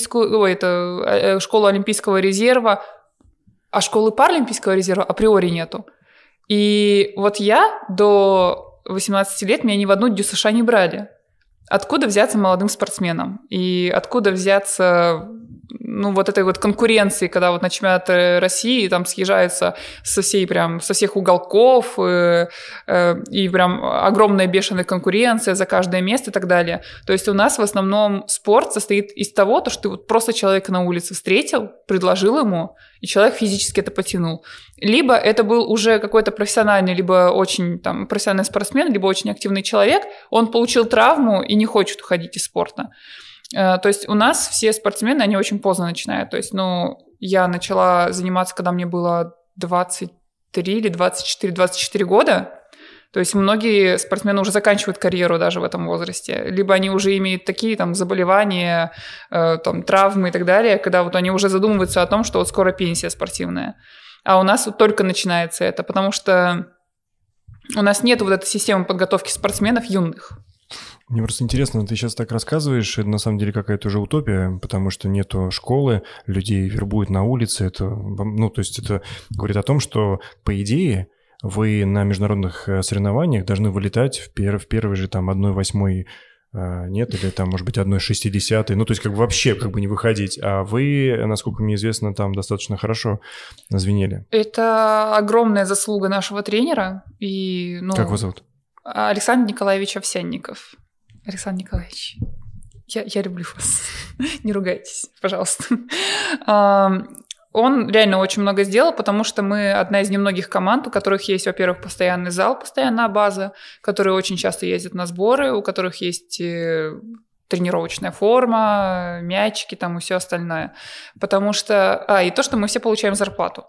школу олимпийского резерва, а школы паралимпийского резерва априори нету. И вот я до 18 лет меня ни в одну ДЮСШ не брали. Откуда взяться молодым спортсменам? И откуда взяться... вот этой вот конкуренции, когда вот на чемпионаты России там съезжаются со всех уголков, и прям огромная бешеная конкуренция за каждое место и так далее. То есть у нас в основном спорт состоит из того, что ты вот просто человека на улице встретил, предложил ему, и человек физически это потянул. Либо это был уже какой-то профессиональный, либо очень профессиональный спортсмен, либо очень активный человек, он получил травму и не хочет уходить из спорта. То есть у нас все спортсмены, они очень поздно начинают. То есть, я начала заниматься, когда мне было 23 или 24 года. То есть многие спортсмены уже заканчивают карьеру даже в этом возрасте. Либо они уже имеют такие заболевания, травмы и так далее, когда вот они уже задумываются о том, что вот скоро пенсия спортивная. А у нас вот только начинается это, потому что у нас нет вот этой системы подготовки спортсменов юных. Мне просто интересно, ты сейчас так рассказываешь, это на самом деле какая-то уже утопия, потому что нету школы, людей вербуют на улице, это, ну, то есть это говорит о том, что, по идее, вы на международных соревнованиях должны вылетать в первый же там 1/8, нет, или там, может быть, 1/60, ну, то есть как бы вообще как бы не выходить, а вы, насколько мне известно, там достаточно хорошо звенели. Это огромная заслуга нашего тренера. И, ну, как его зовут? Александр Николаевич Овсянников. Александр Николаевич, я люблю вас. Не ругайтесь, пожалуйста. Он реально очень много сделал, потому что мы одна из немногих команд, у которых есть, во-первых, постоянный зал, постоянная база, которые очень часто ездят на сборы, у которых есть тренировочная форма, мячики там и все остальное. Потому что... и то, что мы все получаем зарплату.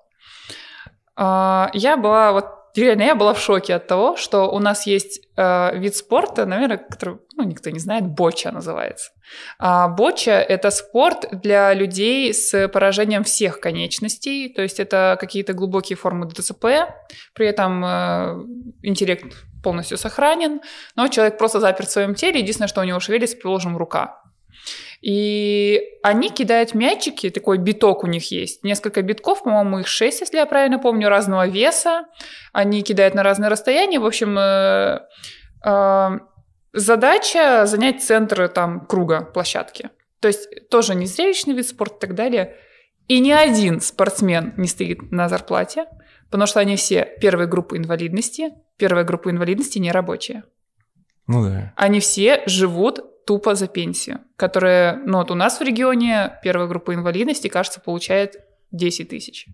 Я была в шоке от того, что у нас есть вид спорта, наверное, который, никто не знает, боча называется. Боча – это спорт для людей с поражением всех конечностей, то есть это какие-то глубокие формы ДЦП, при этом интеллект полностью сохранен, но человек просто заперт в своем теле, единственное, что у него шевелится, предположим, рука. И они кидают мячики, такой биток у них есть, несколько битков, по-моему, их 6, если я правильно помню, разного веса, они кидают на разные расстояния, в общем, задача занять центр там круга площадки, то есть тоже не зрелищный вид спорта и так далее, и ни один спортсмен не стоит на зарплате, потому что они все первой группы инвалидности не рабочие. Ну да. Они все живут тупо за пенсию, которая, вот у нас в регионе первая группа инвалидности, кажется, получает 10 тысяч.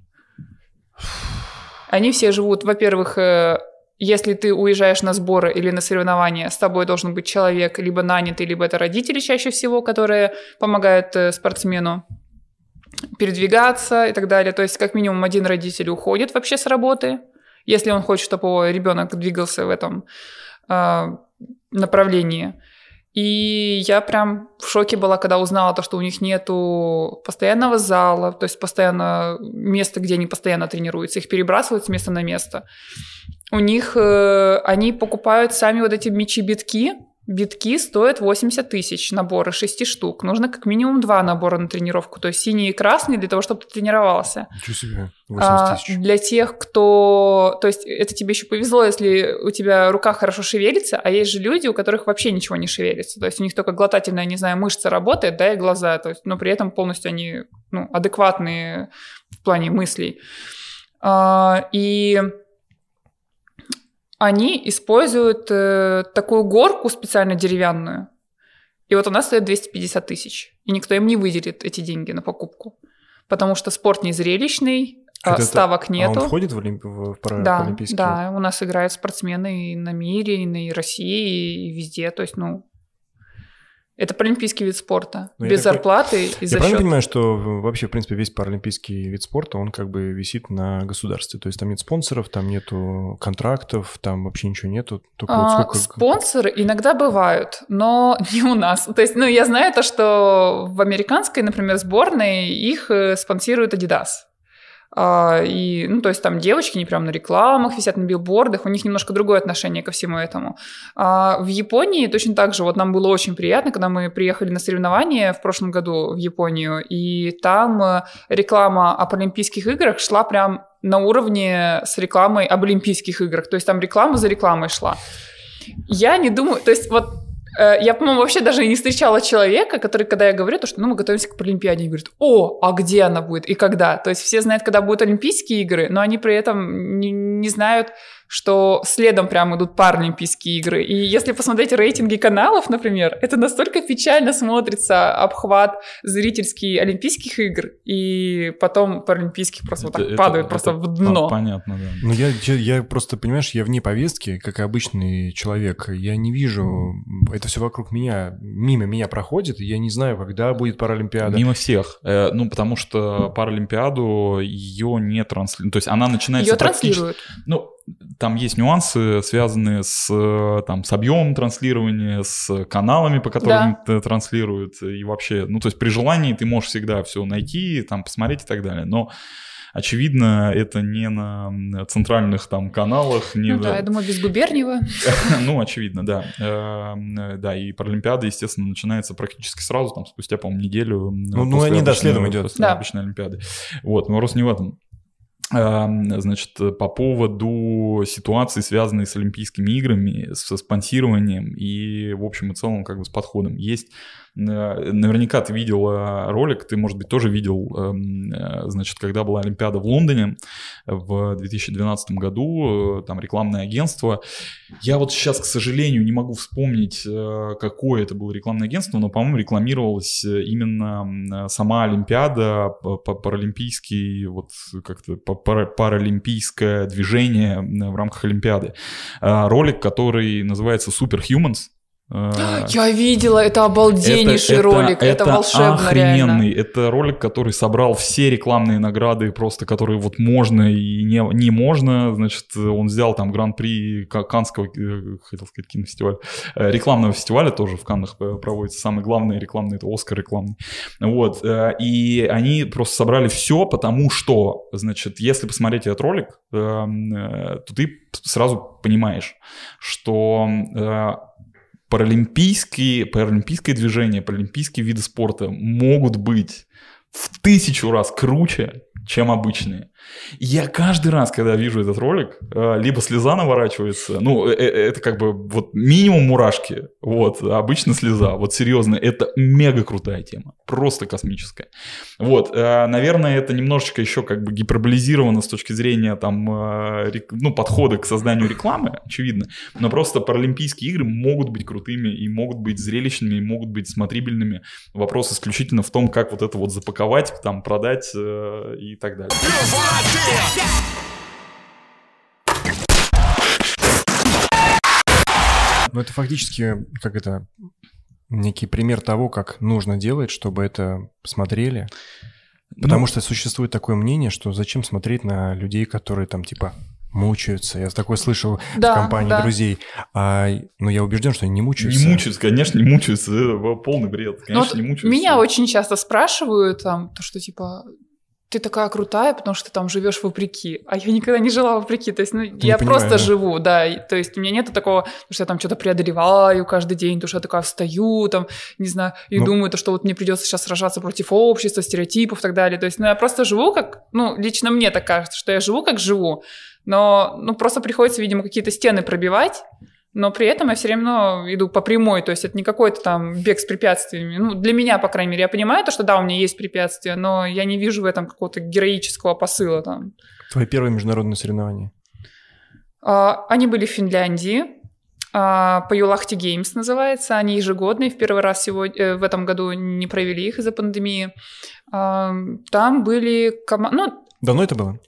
Они все живут, во-первых, если ты уезжаешь на сборы или на соревнования, с тобой должен быть человек либо нанятый, либо это родители чаще всего, которые помогают спортсмену передвигаться и так далее. То есть как минимум один родитель уходит вообще с работы, если он хочет, чтобы его ребенок двигался в этом направлении. И я прям в шоке была, когда узнала то, что у них нету постоянного зала, то есть постоянно места, где они постоянно тренируются, их перебрасывают с места на место. У них, они покупают сами вот эти мячи-битки. Битки стоят 80 тысяч, наборы 6 штук. Нужно как минимум 2 набора на тренировку, то есть синий и красный для того, чтобы ты тренировался. Ничего себе, 80 тысяч. Для тех, кто... То есть это тебе еще повезло, если у тебя рука хорошо шевелится, а есть же люди, у которых вообще ничего не шевелится. То есть у них только глотательная, не знаю, мышца работает, да, и глаза, то есть, но при этом полностью они адекватные в плане мыслей. И... Они используют такую горку специально деревянную. И вот у нас стоит 250 тысяч. И никто им не выделит эти деньги на покупку. Потому что спорт не зрелищный, ставок нету. А он входит в паралимпийские? Да, у нас играют спортсмены и на мире, и на России, и везде. То есть, это паралимпийский вид спорта. Без зарплаты и за счет. Я правильно понимаю, что вообще, в принципе, весь паралимпийский вид спорта, он как бы висит на государстве? То есть там нет спонсоров, там нету контрактов, там вообще ничего нету? Спонсоры иногда бывают, но не у нас. То есть, я знаю то, что в американской, например, сборной их спонсирует Adidas. То есть там девочки, не прям на рекламах, висят на билбордах, у них немножко другое отношение ко всему этому. В Японии точно так же, нам было очень приятно, когда мы приехали на соревнования в прошлом году в Японию, и там реклама о Паралимпийских играх шла прям на уровне с рекламой об Олимпийских играх, то есть там реклама за рекламой шла. Я не думаю, то есть я, по-моему, вообще даже не встречала человека, который, когда я говорю, что мы готовимся к Паралимпиаде, говорит: а где она будет и когда? То есть все знают, когда будут Олимпийские игры, но они при этом не знают, что следом прям идут Паралимпийские игры. И если посмотреть рейтинги каналов, например, это настолько печально смотрится обхват зрительский Олимпийских игр, и потом Паралимпийских просто падают просто в дно. Понятно, да. Я просто, понимаешь, я вне повестки, как и обычный человек, я не вижу, это все вокруг меня, мимо меня проходит, и я не знаю, когда будет Паралимпиада. Мимо всех, потому что Паралимпиаду ее не транслируют, то есть она начинается ее транслируют. Там есть нюансы, связанные с объемом транслирования, с каналами, по которым транслируют, и вообще, то есть при желании ты можешь всегда все найти, посмотреть и так далее, но очевидно, это не на центральных там каналах. Не я думаю, без Губерниева. Ну, очевидно, да. Да, и Паралимпиада, естественно, начинается практически сразу, там, спустя, по-моему, неделю. Ну, они, да, следом идет. После обычной Олимпиады. Вот, но вопрос не в этом. Значит, по поводу ситуации, связанной с Олимпийскими играми, со спонсированием и, в общем и целом, как бы с подходом. Есть, наверняка ты видел ролик, ты, может быть, тоже видел, значит, когда была Олимпиада в Лондоне в 2012 году, там рекламное агентство. Я вот сейчас, к сожалению, не могу вспомнить, какое это было рекламное агентство, но, по-моему, рекламировалась именно сама Олимпиада, паралимпийский, вот как-то паралимпийское движение в рамках Олимпиады. Ролик, который называется Superhumans. Я видела, это обалденнейший ролик, это волшебно, охрененный. Реально. Это ролик, который собрал все рекламные награды, просто которые вот можно и не можно. Значит, он взял там гран-при Каннского, хотел сказать, кинофестиваля, рекламного фестиваля, тоже в Каннах проводится. Самый главный рекламный, это Оскар рекламный. Вот, и они просто собрали все, потому что, значит, если посмотреть этот ролик, то ты сразу понимаешь, что паралимпийское движение, паралимпийские виды спорта могут быть в 1000 раз круче, чем обычные. И я каждый раз, когда вижу этот ролик, либо слеза наворачивается, ну, это как бы вот минимум мурашки, вот, обычно слеза, вот серьезно, это мега крутая тема, просто космическая. Вот, наверное, это немножечко еще как бы гиперболизировано с точки зрения там, ну, подхода к созданию рекламы, очевидно, но просто паралимпийские игры могут быть крутыми и могут быть зрелищными, и могут быть смотрибельными. Вопрос исключительно в том, как вот это вот запаковать, там, продать и так далее. Ну, это фактически, как это, некий пример того, как нужно делать, чтобы это смотрели. Потому что существует такое мнение, что зачем смотреть на людей, которые там типа мучаются. Я такое слышал в компании друзей. Но я убежден, что они не мучаются. Не мучаются, конечно, не мучаются. Это полный бред. Конечно, не мучаются. Меня очень часто спрашивают, там, то, что типа... Ты такая крутая, потому что ты там живешь вопреки. А я никогда не жила вопреки. То есть, ну, я просто живу, да. То есть, у меня нету такого, что я там что-то преодолеваю каждый день, то, что я такая встаю, там, не знаю, и думаю, то, что вот мне придется сейчас сражаться против общества, стереотипов и так далее. То есть, ну, я просто живу как, ну, лично мне так кажется, что я живу как живу. Но, ну, просто приходится, видимо, какие-то стены пробивать. Но при этом я все равно иду по прямой, то есть это не какой-то там бег с препятствиями. Ну, для меня, по крайней мере, я понимаю то, что да, у меня есть препятствия, но я не вижу в этом какого-то героического посыла там. Твои первые международные соревнования? Они были в Финляндии, Паюлахти Геймс называется, они ежегодные, в первый раз в этом году не провели их из-за пандемии. Там были команды... Ну, давно это было?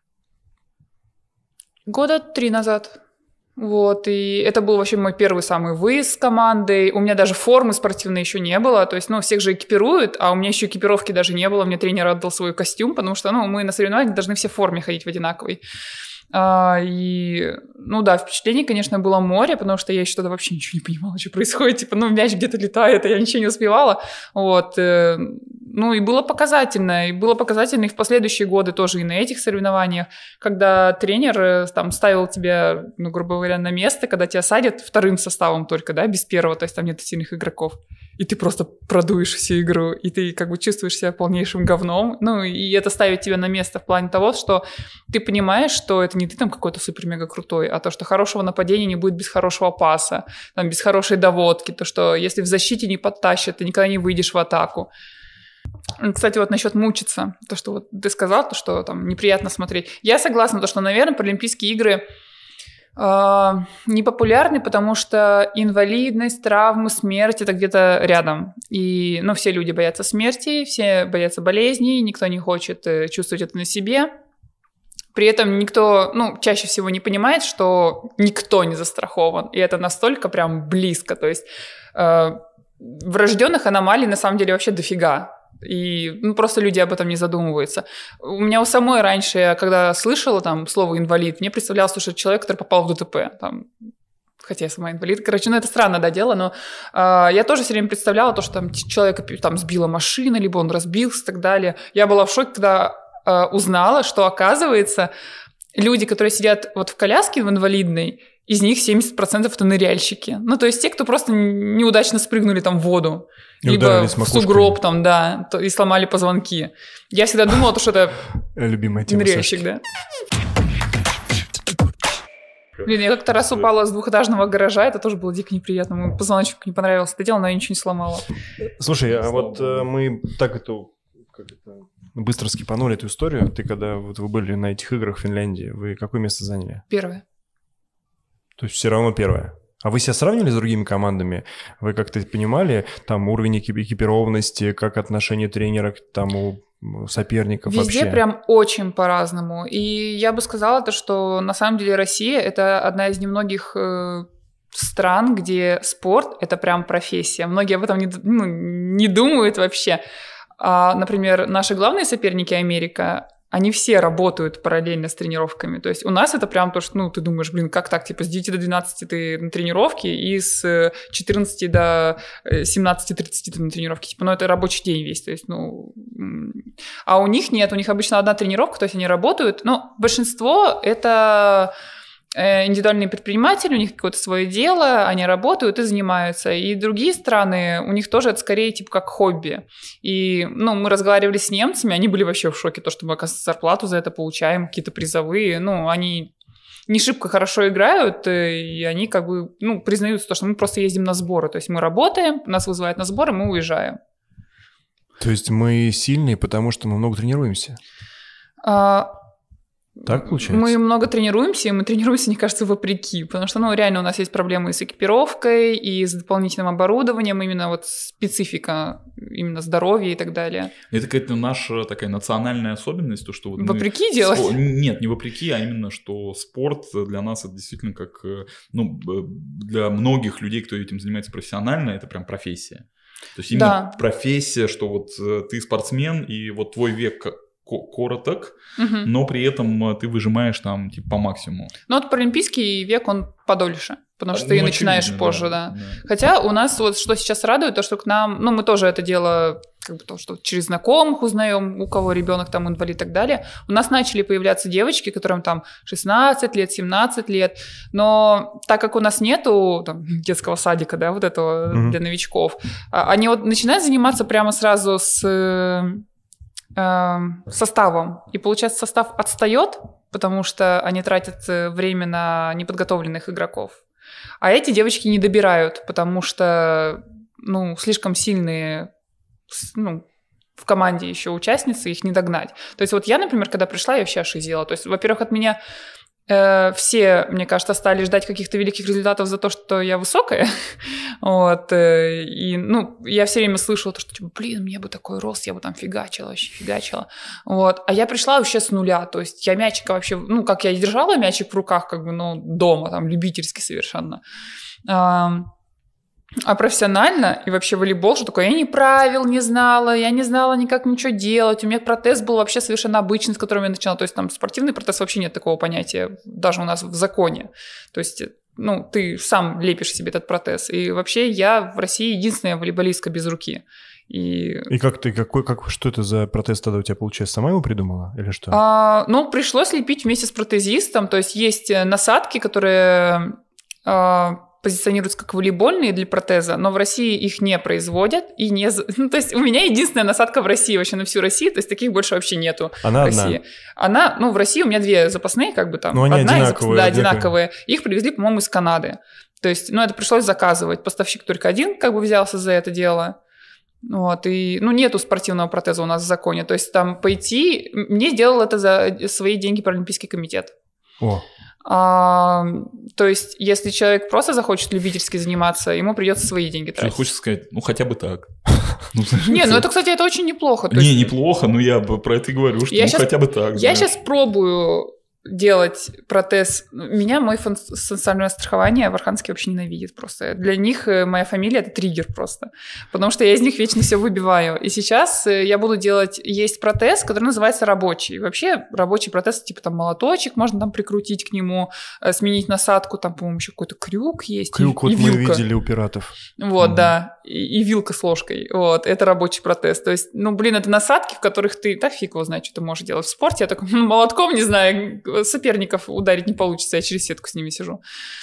3 года назад. Вот, и это был вообще мой первый самый выезд с командой. У меня даже формы спортивной еще не было. То есть, ну, всех же экипируют, а у меня еще экипировки даже не было. Мне тренер отдал свой костюм, потому что, ну, мы на соревнованиях должны все в форме ходить в одинаковой. И, ну да, впечатление, конечно, было море, потому что я еще тогда вообще ничего не понимала, что происходит. Типа, ну, мяч где-то летает, а я ничего не успевала. Вот. Ну, и было показательно. И было показательно и в последующие годы тоже, и на этих соревнованиях, когда тренер там ставил тебя, ну, грубо говоря, на место, когда тебя садят вторым составом только, да, без первого, то есть там нет сильных игроков. И ты просто продуешь всю игру, и ты как бы чувствуешь себя полнейшим говном. Ну, и это ставит тебя на место в плане того, что ты понимаешь, что это не ты там какой-то супер-мега крутой, а то, что хорошего нападения не будет без хорошего паса, там, без хорошей доводки, то, что если в защите не подтащат, ты никогда не выйдешь в атаку. Кстати, вот насчет мучиться, то, что вот ты сказал, то, что там неприятно смотреть. Я согласна, то, что, наверное, Паралимпийские игры непопулярны, потому что инвалидность, травмы, смерть — это где-то рядом. И, ну, все люди боятся смерти, все боятся болезней, никто не хочет чувствовать это на себе. При этом никто, ну, чаще всего не понимает, что никто не застрахован. И это настолько прям близко. То есть врожденных аномалий на самом деле вообще дофига. И ну, просто люди об этом не задумываются. У меня у самой раньше, я когда слышала там слово «инвалид», мне представлялось, что это человек, который попал в ДТП. Там, хотя я сама инвалид. Короче, ну это странно, да, дело, но я тоже все время представляла то, что там человека там сбила машина, либо он разбился и так далее. Я была в шоке, когда узнала, что, оказывается, люди, которые сидят вот в коляске в инвалидной, из них 70% это ныряльщики. Ну, то есть те, кто просто неудачно спрыгнули там в воду. Либо в сугроб там, да, и сломали позвонки. Я всегда думала, что это ныряльщик, да. Блин, я как-то раз упала с двухэтажного гаража, это тоже было дико неприятно. Моему позвоночнику не понравилось это дело, но я ничего не сломала. Слушай, а вот мы так быстро скипанули эту историю. Ты когда вот вы были на этих играх в Финляндии, вы какое место заняли? Первое. То есть все равно первое. А вы себя сравнивали с другими командами? Вы как-то понимали там уровень экипированности, как отношение тренера к тому соперников везде вообще? Прям очень по-разному. И я бы сказала, что на самом деле Россия — это одна из немногих стран, где спорт — это прям профессия. Многие об этом не думают вообще. Например, наши главные соперники Америка, они все работают параллельно с тренировками. То есть у нас это прям то, что, ты думаешь, как так, типа с 9 до 12 ты на тренировке и с 14 до 17:30 ты на тренировке. Типа, это рабочий день весь. То есть, а у них нет, у них обычно одна тренировка, то есть они работают. Но большинство это индивидуальные предприниматели, у них какое-то свое дело, они работают и занимаются. И другие страны, у них тоже это скорее типа как хобби. И, мы разговаривали с немцами, они были вообще в шоке, то, что мы, оказывается, зарплату за это получаем, какие-то призовые. Они не шибко хорошо играют, и они признаются, то, что мы просто ездим на сборы. То есть мы работаем, нас вызывают на сборы, мы уезжаем. То есть мы сильные, потому что мы много тренируемся? Так получается? Мы много тренируемся, и мы тренируемся, мне кажется, вопреки, потому что, реально у нас есть проблемы и с экипировкой, и с дополнительным оборудованием, именно специфика, именно здоровья и так далее. Это какая-то наша такая национальная особенность, то, что вопреки делать? Нет, не вопреки, а именно, что спорт для нас это действительно как, для многих людей, кто этим занимается профессионально, это прям профессия. То есть именно профессия, что ты спортсмен, и твой век короток, но при этом ты выжимаешь там по максимуму. Паралимпийский век, он подольше, потому что ты начинаешь позже, да. Хотя у нас что сейчас радует, то, что к нам, мы тоже это дело, что через знакомых узнаем, у кого ребенок там инвалид и так далее. У нас начали появляться девочки, которым там 16 лет, 17 лет, но так как у нас нету детского садика, да, этого для новичков, они начинают заниматься прямо сразу с составом. И получается, состав отстает, потому что они тратят время на неподготовленных игроков. А эти девочки не добирают, потому что слишком сильные в команде еще участницы, их не догнать. То есть я, например, когда пришла, я вообще шизела. То есть, во-первых, от меня все, мне кажется, стали ждать каких-то великих результатов за то, что я высокая. И, я все время слышала то, что, мне бы такой рост, я бы там фигачила. А я пришла вообще с нуля. То есть я мячика вообще, как я держала мячик в руках, дома, там, любительски совершенно. А профессионально и вообще волейбол, что такое, я не правил, не знала, я не знала никак ничего делать. У меня протез был вообще совершенно обычный, с которым я начинала. То есть там спортивный протез вообще нет такого понятия, даже у нас в законе. То есть, ты сам лепишь себе этот протез. И вообще я в России единственная волейболистка без руки. И как что это за протез тогда у тебя получается? Сама его придумала или что? Пришлось лепить вместе с протезистом. То есть насадки, которые позиционируются как волейбольные для протеза, но в России их не производят. То есть у меня единственная насадка в России, вообще на всю Россию, то есть таких больше вообще нету в России. Она, в России у меня две запасные, одна одинаковые, одинаковые. Их привезли, по-моему, из Канады. То есть, это пришлось заказывать. Поставщик только один взялся за это дело. И, нету спортивного протеза у нас в законе. То есть там пойти... Мне сделал это за свои деньги Паралимпийский комитет. О. То есть, если человек просто захочет любительски заниматься, ему придется свои деньги тратить. Что хочешь сказать, хотя бы так. Это, кстати, это очень неплохо. Неплохо, но я про это и говорю, что хотя бы так. Я сейчас пробую делать протез. Меня мой фонд социального страхования в Архангельске вообще ненавидит просто. Для них моя фамилия — это триггер просто. Потому что я из них вечно все выбиваю. И сейчас я буду делать... Есть протез, который называется рабочий. Вообще рабочий протез, типа молоточек, можно там прикрутить к нему, сменить насадку, там, по-моему, еще какой-то крюк есть. Крюк и мы видели у пиратов. Да. и вилка с ложкой. Вот, это рабочий протез. То есть, это насадки, в которых ты, так фиг его знает, что ты можешь делать. В спорте я такой, молотком, не знаю, соперников ударить не получится, я через сетку с ними сижу.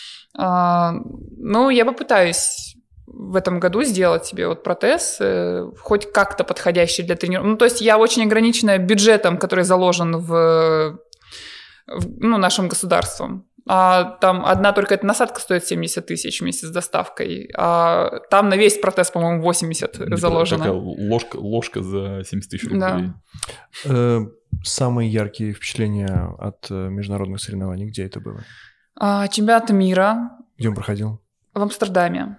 Я попытаюсь в этом году сделать себе вот протез, хоть как-то подходящий для тренировок. То есть я очень ограничена бюджетом, который заложен в нашим государством. Там одна только эта насадка стоит 70 тысяч вместе с доставкой, а там на весь протез, по-моему, 80 заложено. Такая ложка за 70 тысяч рублей. Да. Самые яркие впечатления от международных соревнований, где это было? Чемпионат мира. Где он проходил? В Амстердаме.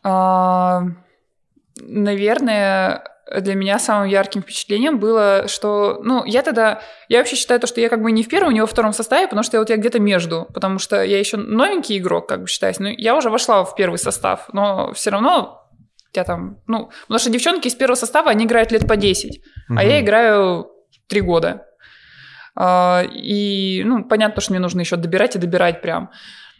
Наверное, для меня самым ярким впечатлением было, что, я вообще считаю, что я как бы не в первом, не во втором составе, потому что я где-то между, потому что я еще новенький игрок, как бы считаюсь, но я уже вошла в первый состав, но все равно я там, потому что девчонки из первого состава, они играют лет по 10, а я играю 3 года. И, понятно, что мне нужно еще добирать и добирать прям.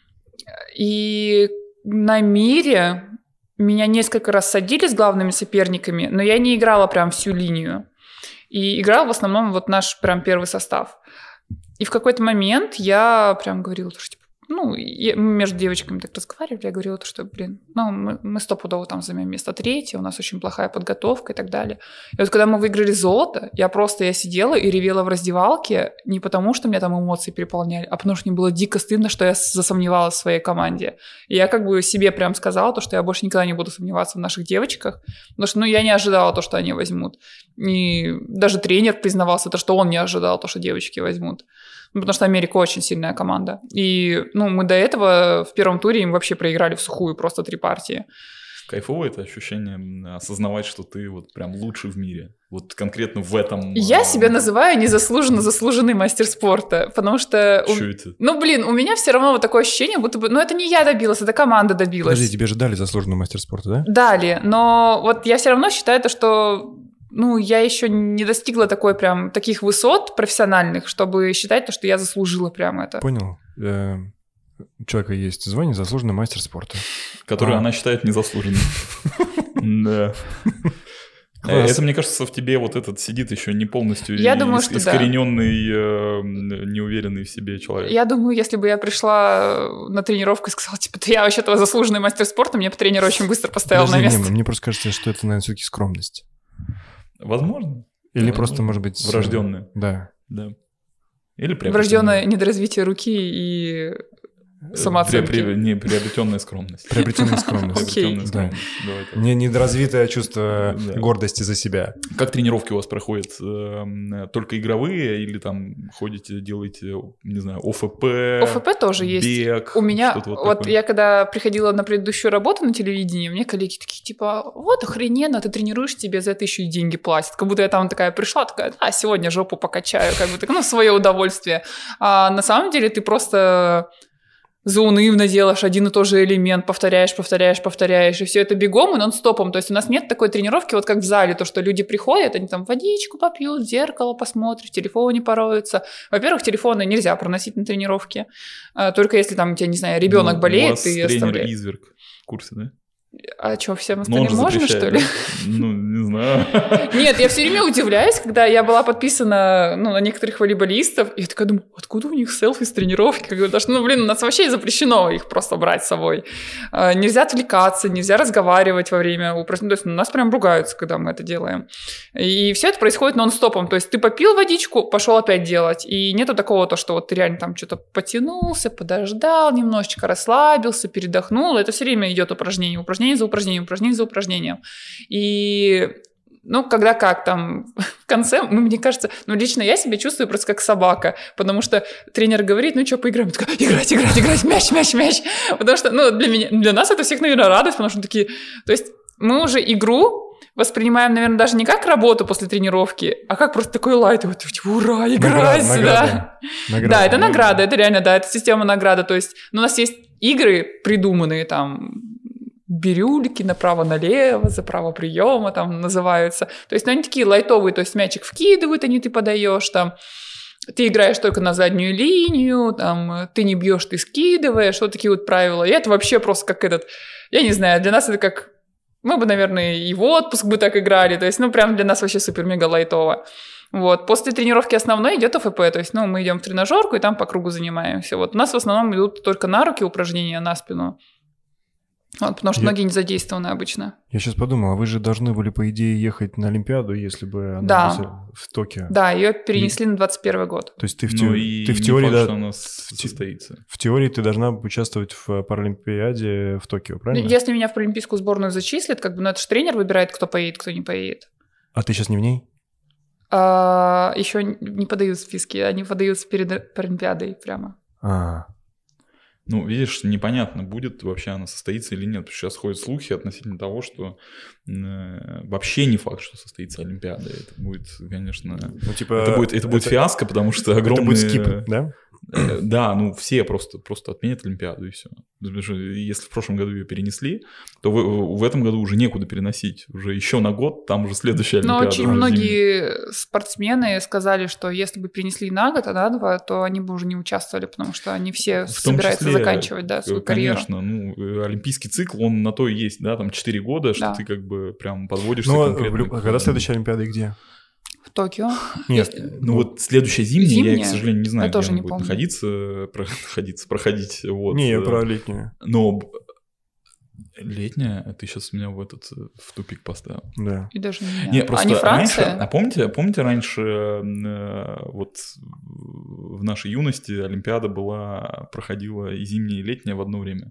И на мире меня несколько раз садили с главными соперниками, но я не играла прям всю линию. И играл в основном вот наш прям первый состав. И в какой-то момент я прям говорила, что мы между девочками так разговаривали, я говорила, что, мы стопудово там займем место 3, у нас очень плохая подготовка и так далее. И вот когда мы выиграли золото, я сидела и ревела в раздевалке не потому, что меня там эмоции переполняли, а потому что мне было дико стыдно, что я засомневалась в своей команде. И я как бы себе прям сказала, что я больше никогда не буду сомневаться в наших девочках, потому что, я не ожидала что они возьмут. И даже тренер признавался, что он не ожидал что девочки возьмут. Потому что Америка очень сильная команда. И, мы до этого в первом туре им вообще проиграли в сухую просто 3 партии. Кайфово это ощущение осознавать, что ты вот прям лучший в мире. Вот конкретно в этом... Я себя называю незаслуженно заслуженный мастер спорта, потому что... Что это? У меня все равно вот такое ощущение, будто бы... это не я добилась, это команда добилась. Подожди, тебе же дали заслуженный мастер спорта, да? Дали, но вот я все равно считаю, что... я еще не достигла таких высот профессиональных, чтобы считать, что я заслужила прям это. Понял. У человека есть звание заслуженный мастер спорта. Который она считает незаслуженным. Да. Это, мне кажется, в тебе вот этот сидит еще не полностью искорененный, неуверенный в себе человек. Я думаю, если бы я пришла на тренировку и сказала, я вообще-то заслуженный мастер спорта, мне бы тренер очень быстро поставил на место. Мне просто кажется, что это, наверное, все-таки скромность. Возможно. Или просто, может быть... Врожденное. Да. Или врожденное недоразвитие руки и самооценки. Приобретенная скромность. Приобретенная скромность. Недоразвитое чувство гордости за себя. Как тренировки у вас проходят? Только игровые или там ходите, делаете, не знаю, ОФП? ОФП тоже есть. Бег? У меня, вот я когда приходила на предыдущую работу на телевидении, мне коллеги такие, вот охрененно, ты тренируешь, тебе за это еще и деньги платят. Как будто я там такая пришла, сегодня жопу покачаю, в свое удовольствие. А на самом деле ты просто... заунывно делаешь один и тот же элемент, повторяешь, и все это бегом и нон-стопом. То есть у нас нет такой тренировки, вот как в зале, то, что люди приходят, они там водичку попьют, в зеркало посмотрят, в телефоне пороются. Во-первых, телефоны нельзя проносить на тренировке, только если там у тебя, не знаю, ребенок болеет, ты оставляешь. У вас тренер изверг в курсе, да? А что, всем остальным можно, что ли? Не знаю. Нет, я все время удивляюсь, когда я была подписана на некоторых волейболистов, и я такая думаю, откуда у них селфи с тренировки? Потому что, у нас вообще запрещено их просто брать с собой. Нельзя отвлекаться, нельзя разговаривать во время упражнений. То есть нас прям ругаются, когда мы это делаем. И все это происходит нон-стопом. То есть ты попил водичку, пошел опять делать. И нету такого, что вот ты реально там что-то потянулся, подождал, немножечко расслабился, передохнул. Это все время идет упражнение за упражнением. И, когда там в конце, мне кажется, лично я себя чувствую просто как собака, потому что тренер говорит, поиграем? Я такая, играть, мяч. Потому что, для нас это всех, наверное, радость, потому что такие, то есть мы уже игру воспринимаем, наверное, даже не как работу после тренировки, а как просто такой лайт, ура, играть, награда. Да, это награда, это реально, да, это система награды, то есть, у нас есть игры придуманные там, бирюльки направо-налево, за право приема там называются. То есть, они такие лайтовые, то есть мячик вкидывают, а не ты подаешь там. Ты играешь только на заднюю линию, там, ты не бьешь, ты скидываешь, вот такие вот правила. И это вообще просто как я не знаю, для нас это как Мы бы, наверное, и в отпуск бы так играли. То есть, прям для нас вообще супер-мега лайтово. Вот. После тренировки основной идет ОФП. То есть, мы идем в тренажерку и там по кругу занимаемся. Вот. У нас в основном идут только на руки упражнения, на спину. Вот, потому что ноги не задействованы обычно. Я сейчас подумал, а вы же должны были, по идее, ехать на Олимпиаду, если бы она была в Токио. Да, ее перенесли на 2021 год. То есть ты в теории... Факт, что она состоится. В теории ты должна участвовать в Паралимпиаде в Токио, правильно? Если меня в паралимпийскую сборную зачислят, это же тренер выбирает, кто поедет, кто не поедет. А ты сейчас не в ней? Еще не подают списки, они подаются перед Паралимпиадой прямо. Видишь, непонятно, будет вообще она состоится или нет. Потому что сейчас ходят слухи относительно того, что вообще не факт, что состоится Олимпиада. Это будет, конечно... это будет фиаско, потому что огромные... Это будет скип, да? Да, все просто отменят Олимпиаду и все. Потому что если в прошлом году ее перенесли, то в этом году уже некуда переносить. Уже еще на год, там уже следующая Олимпиада. Но очень многие спортсмены сказали, что если бы перенесли на год, а на 2, то они бы уже не участвовали, потому что они все собираются заканчивать свою карьеру. Конечно, олимпийский цикл, он на то и есть, да, там 4 года, что ты как бы прям подводишься конкретно. Когда следующая Олимпиада и где? В Токио. Нет. Следующая зимняя, я, к сожалению, не знаю, я тоже где не она будет проходить. Вот. Не, я про летнюю. Но летняя, ты сейчас меня в тупик поставил. Да. И даже не просто не Франция? Раньше, помните раньше, вот в нашей юности Олимпиада проходила и зимняя, и летняя в одно время?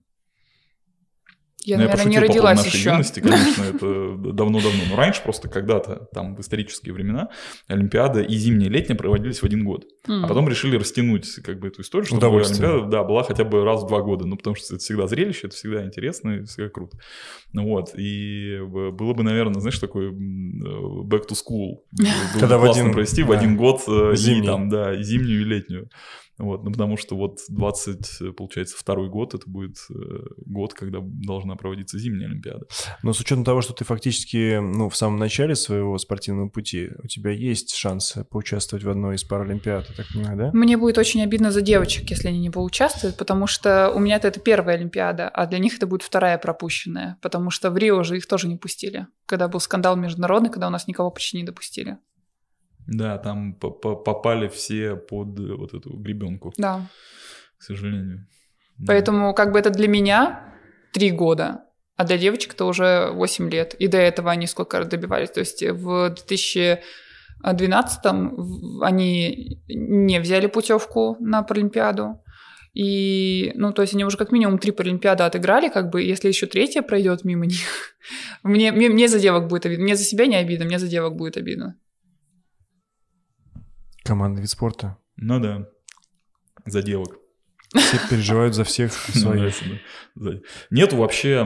Я, наверное, не родилась еще. В нашей юности, конечно, это давно-давно. Но раньше просто когда-то, там в исторические времена, Олимпиада и зимняя, и летняя проводились в один год. А потом решили растянуть эту историю, чтобы Олимпиада была хотя бы раз в 2 года. Потому что это всегда зрелище, это всегда интересно и всегда круто. И было бы, наверное, знаешь, такой back to school. Когда классно провести в один год зимнюю, и зимнюю, и летнюю. Потому что 22-й год, это будет год, когда должна проводиться зимняя Олимпиада. Но с учетом того, что ты фактически в самом начале своего спортивного пути, у тебя есть шанс поучаствовать в одной из Паралимпиад, я так понимаю, да? Мне будет очень обидно за девочек, если они не поучаствуют, потому что у меня это первая Олимпиада, а для них это будет 2-я пропущенная, потому что в Рио же их тоже не пустили, когда был скандал международный, когда у нас никого почти не допустили. Да, там попали все под эту гребенку. Да. К сожалению. Поэтому это для меня 3 года, а для девочек это уже 8 лет. И до этого они сколько раз добивались. То есть в 2012-м они не взяли путевку на Паралимпиаду. И, то есть они уже как минимум 3 Паралимпиады отыграли, если еще 3-я пройдет мимо них. Мне за девок будет обидно. Мне за себя не обидно, мне за девок будет обидно. Командный вид спорта. Ну да, за девок. Все переживают за всех своих. Нет, вообще,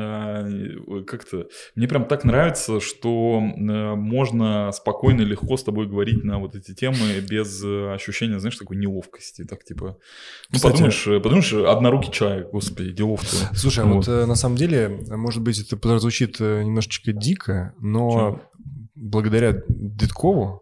мне прям так нравится, что можно спокойно и легко с тобой говорить на эти темы без ощущения, знаешь, такой неловкости. Так подумаешь, однорукий человек, господи, делов-то. Слушай, на самом деле, может быть, это прозвучит немножечко дико, но благодаря Дедкову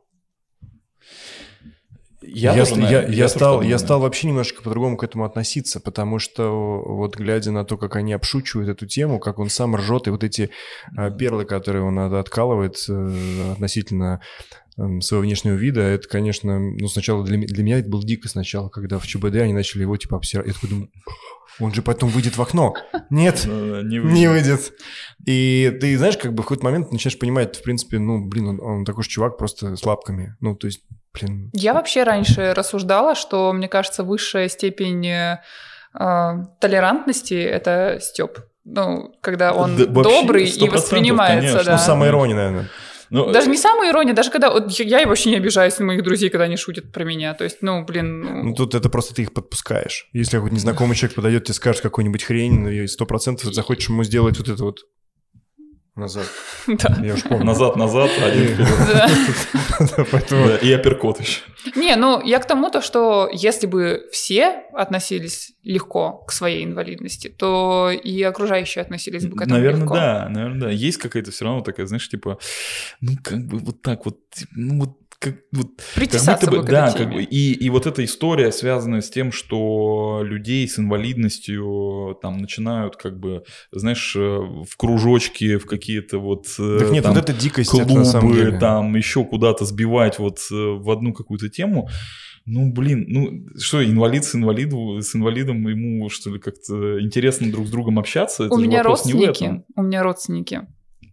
я стал вообще немножко по-другому к этому относиться, потому что глядя на то, как они обшучивают эту тему, как он сам ржет, и эти перлы, которые он откалывает относительно своего внешнего вида, это, конечно, сначала для меня это было дико сначала, когда в ЧБД они начали его обсирать. Я такой думаю, он же потом выйдет в окно. Нет, не выйдет. И ты, знаешь, в какой-то момент начинаешь понимать, в принципе, он такой же чувак просто с лапками. То есть, Я вообще раньше рассуждала, что, мне кажется, высшая степень толерантности – это стёб. Когда он добрый и воспринимается. Конечно. Да. Самоирония, наверное. Даже не самоирония, даже когда... я вообще не обижаюсь на моих друзей, когда они шутят про меня. То есть, тут это просто ты их подпускаешь. Если какой-то незнакомый человек подойдет, тебе скажет какую-нибудь хрень, и 100% захочешь ему сделать назад. Да. Я уж помню. Назад, один вперед. И апперкот еще. Я к тому, что если бы все относились легко к своей инвалидности, то и окружающие относились бы к этому легко. Наверное, да. Есть какая-то все равно такая, знаешь, Притесаться бы к этой теме. И вот эта история, связанная с тем, что людей с инвалидностью там начинают как бы, знаешь, в кружочки, в какие-то вот так нет, там, вот это дикость, клубы, это на самом деле. Там еще куда-то сбивать вот в одну какую-то тему. Ну, блин, ну, что, инвалид с инвалидом, ему, что ли, как-то интересно друг с другом общаться? Это у же меня вопрос не в этом. У меня родственники,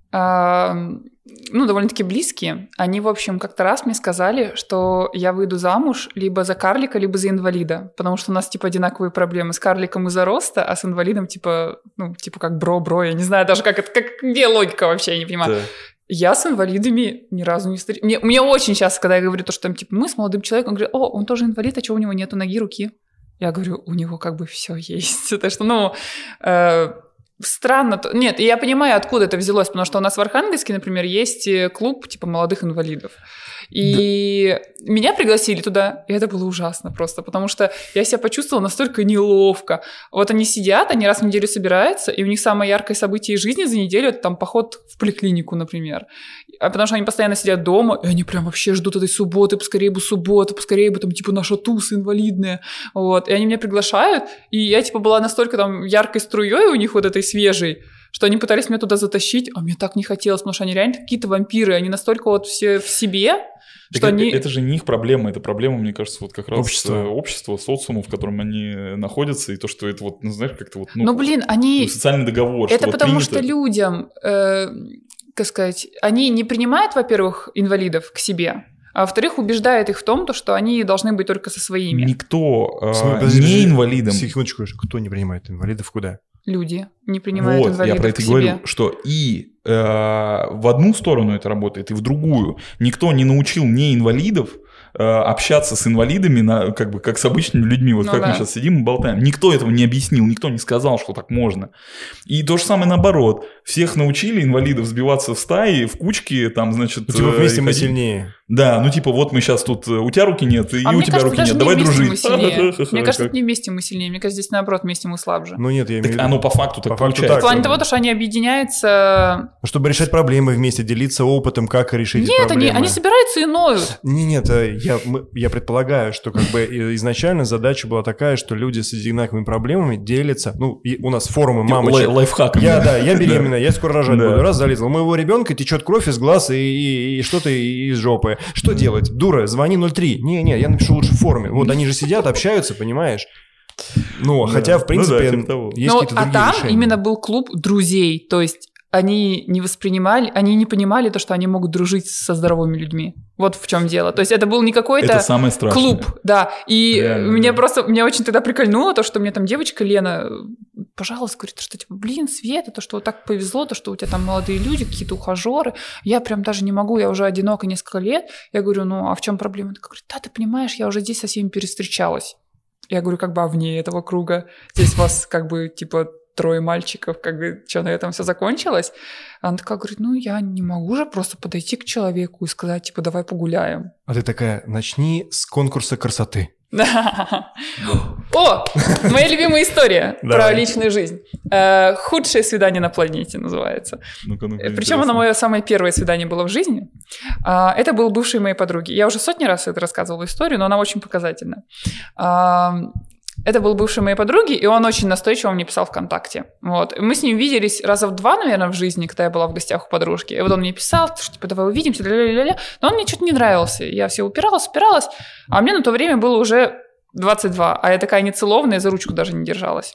ну, довольно-таки близкие. Они, в общем, как-то раз мне сказали, что я выйду замуж либо за карлика, либо за инвалида, потому что у нас, типа, одинаковые проблемы. С карликом из-за роста, а с инвалидом, типа, ну, типа, как бро, я не знаю даже, как это, где логика вообще, я не понимаю. Да. Я с инвалидами ни разу не встречалась. Мне очень часто, когда я говорю то, что там, типа, мы с молодым человеком, он говорит, о, он тоже инвалид, а чего у него нету ноги, руки? Я говорю, у него как бы все есть. Так что, ну, странно. Нет, я понимаю, откуда это взялось, потому что у нас в Архангельске, например, есть клуб, типа, молодых инвалидов. И меня пригласили туда, и это было ужасно просто, потому что я себя почувствовала настолько неловко. Вот они сидят, они раз в неделю собираются, и у них самое яркое событие из жизни за неделю — это там поход в поликлинику, например. Потому что они постоянно сидят дома, и они прям вообще ждут этой субботы, поскорее бы суббота, поскорее бы там типа наша туса инвалидная. Вот. И они меня приглашают, и я типа была настолько там яркой струей у них вот этой свежей, что они пытались меня туда затащить, а мне так не хотелось, потому что они реально какие-то вампиры, они настолько вот все в себе, что они... Это же не их проблема, это проблема, мне кажется, вот как раз общества, социума, в котором они находятся, и то, что это вот, ну, знаешь, как-то вот... Ну, блин, они... Социальный договор. Это потому что людям, как сказать, они не принимают, во-первых, инвалидов к себе, а во-вторых, убеждают их в том, что они должны быть только со своими. Никто не инвалидом... Секундочку, кто не принимает инвалидов куда? Люди не принимают вот, инвалидов я про это к говорю, себе. что и в одну сторону это работает, и в другую. Никто не научил неинвалидов общаться с инвалидами, как бы, как с обычными людьми. Вот как мы сейчас сидим и болтаем. Никто этого не объяснил, никто не сказал, что так можно. И то же самое наоборот. Всех научили инвалидов сбиваться в стаи, в кучки, там, значит... Ну, типа вместе мы сильнее. Да, ну типа вот мы сейчас тут, у тебя руки нет, и у тебя руки нет, давай дружить. Мне кажется, не вместе мы сильнее, мне кажется, здесь наоборот, вместе мы слабже. Ну нет, я имею в виду... Оно по факту так получается. В плане того, что они объединяются... Чтобы решать проблемы вместе, делиться опытом, как решить эти проблемы. Нет, они собираются и ноют. Нет, я предполагаю, что как бы изначально задача была такая, что люди с одинаковыми проблемами делятся. Ну, у нас форумы мамочек. Лайфхаками. Я беременная, я скоро рожать буду. Раз залезла. У моего ребенка течет кровь из глаз и что-то из жопы. Что делать? Дура, звони 03. Не, я напишу лучше в форуме. Вот они же сидят, общаются, понимаешь? Ну, хотя, в принципе, есть какие-то другие решения. А там именно был клуб друзей, то есть они не воспринимали, они не понимали то, что они могут дружить со здоровыми людьми. Вот в чем дело. То есть это был не какой-то клуб, да. И меня очень тогда прикольнуло то, что мне там девочка Лена, пожалуйста, говорит, что типа, блин, Света, то, что вот так повезло, то, что у тебя там молодые люди, какие-то ухажеры. Я прям даже не могу, я уже одинока несколько лет. Я говорю, ну, а в чем проблема? Она говорит, да, ты понимаешь, я уже здесь со всеми перестречалась. Я говорю, как бы, а вне этого круга? Здесь вас как бы, типа, 3 мальчиков, как бы, что на этом все закончилось? Она такая говорит, ну, я не могу же просто подойти к человеку и сказать, типа, давай погуляем. А ты такая, начни с конкурса красоты. О, моя любимая история про личную жизнь. «Худшее свидание на планете» называется. Причем оно мое самое первое свидание было в жизни. Это был бывший моей подруги. Я уже сотни раз это рассказывала историю, но она очень показательна. Это был бывший моей подруги, и он очень настойчиво мне писал ВКонтакте. Вот. Мы с ним виделись раза в 2, наверное, в жизни, когда я была в гостях у подружки. И вот он мне писал, что типа давай увидимся, но он мне что-то не нравился. Я все упиралась, а мне на то время было уже 22, а я такая нецелованная, за ручку даже не держалась.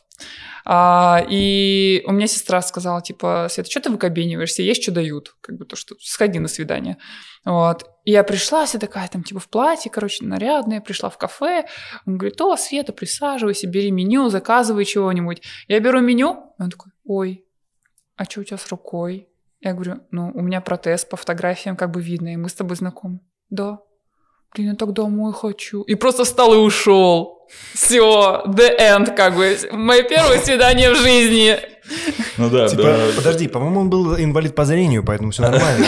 И у меня сестра сказала, типа, Света, что ты выкобениваешься, есть что дают, как бы то, что сходи на свидание. Вот. И я пришла, вся такая там типа в платье, короче, нарядная, пришла в кафе. Он говорит, о, Света, присаживайся, бери меню, заказывай чего-нибудь. Я беру меню, он такой, ой, а что у тебя с рукой? Я говорю, ну, у меня протез, по фотографиям как бы видно, и мы с тобой знакомы. Да. Блин, я так домой хочу. И просто встал и ушел. Все, the end, как бы. Мое первое свидание в жизни. Ну да, типа, подожди, по-моему, он был инвалид по зрению, поэтому все нормально.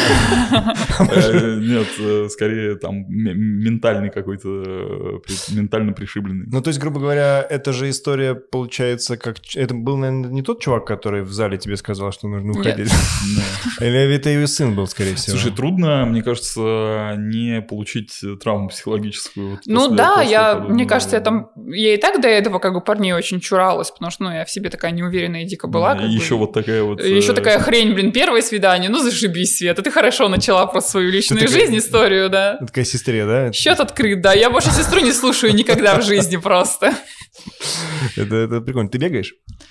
Нет, скорее там ментальный какой-то, ментально пришибленный. Ну, то есть, грубо говоря, эта же история получается как... Это был, наверное, не тот чувак, который в зале тебе сказал, что нужно уходить? Или это его сын был, скорее всего? Слушай, трудно, мне кажется, не получить травму психологическую. Ну да, мне кажется, я и так до этого как бы парней очень чуралась, потому что, я в себе такая неуверенная и дико была. Еще вот такая вот... Еще такая хрень, первое свидание, зашибись, Света, ты хорошо начала просто свою личную жизнь, историю, да. Такая сестре, да? Счет открыт, да, я больше сестру не слушаю никогда в жизни просто. Это прикольно. Ты бегаешь?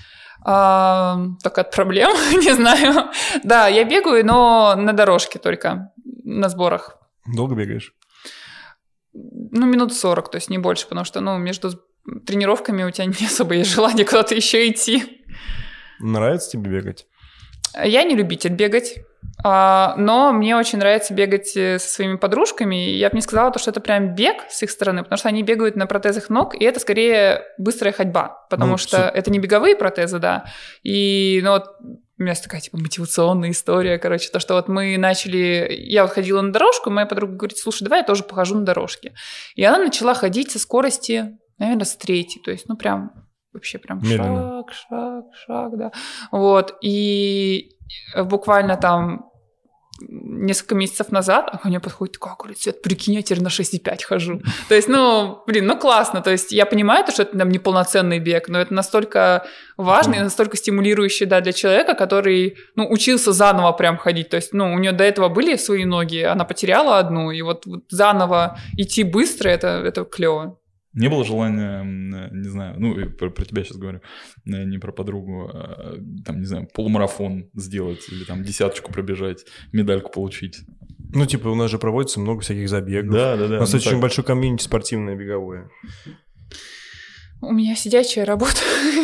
Только от проблем, не знаю. Да, я бегаю, но на дорожке только, на сборах. Долго бегаешь? Минут 40, то есть не больше, потому что, между тренировками у тебя не особо есть желание куда-то еще идти. Нравится тебе бегать? Я не любитель бегать, но мне очень нравится бегать со своими подружками. Я бы не сказала, что это прям бег с их стороны, потому что они бегают на протезах ног, и это скорее быстрая ходьба, потому что это не беговые протезы, да. И у меня такая мотивационная история, то, что мы начали... Я ходила на дорожку, и моя подруга говорит, слушай, давай я тоже похожу на дорожке. И она начала ходить со скорости, наверное, с 3, то есть, прям... Вообще прям медленно. Шаг, да. И буквально там несколько месяцев назад она ко мне подходит, говорит, Свет, прикинь, я теперь на 6,5 хожу. То есть, классно. То есть я понимаю, что это не полноценный бег, но это настолько важно и настолько стимулирующий, да, для человека, который, учился заново прям ходить. То есть, у нее до этого были свои ноги, она потеряла одну, и вот заново идти быстро, это клево. Не было желания, не знаю, про тебя сейчас говорю, не про подругу, не знаю, полумарафон сделать или 10 пробежать, медальку получить? У нас же проводится много всяких забегов. Да. У нас очень большой комьюнити спортивное, беговое. У меня сидячая работа.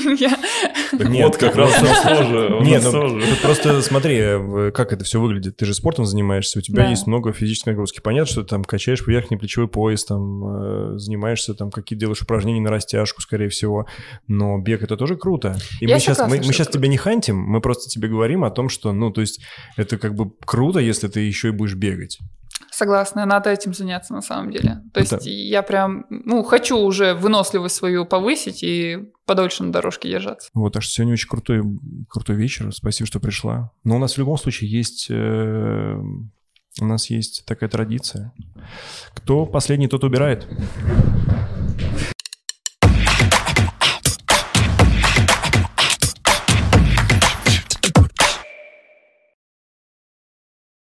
Нет, как раз у нас тоже. Нет, просто смотри, как это все выглядит. Ты же спортом занимаешься, у тебя есть много физической нагрузки. Понятно, что ты там качаешь верхний плечевой пояс, занимаешься, какие делаешь упражнения на растяжку, скорее всего. Но бег — это тоже круто. И мы сейчас тебя не хантим, мы просто тебе говорим о том, что, то есть это как бы круто, если ты еще и будешь бегать. Согласна, надо этим заняться на самом деле. То есть я прям, хочу уже выносливость свою повысить и подольше на дорожке держаться. Так что сегодня очень крутой вечер. Спасибо, что пришла. Но у нас в любом случае есть такая традиция. Кто последний, тот убирает.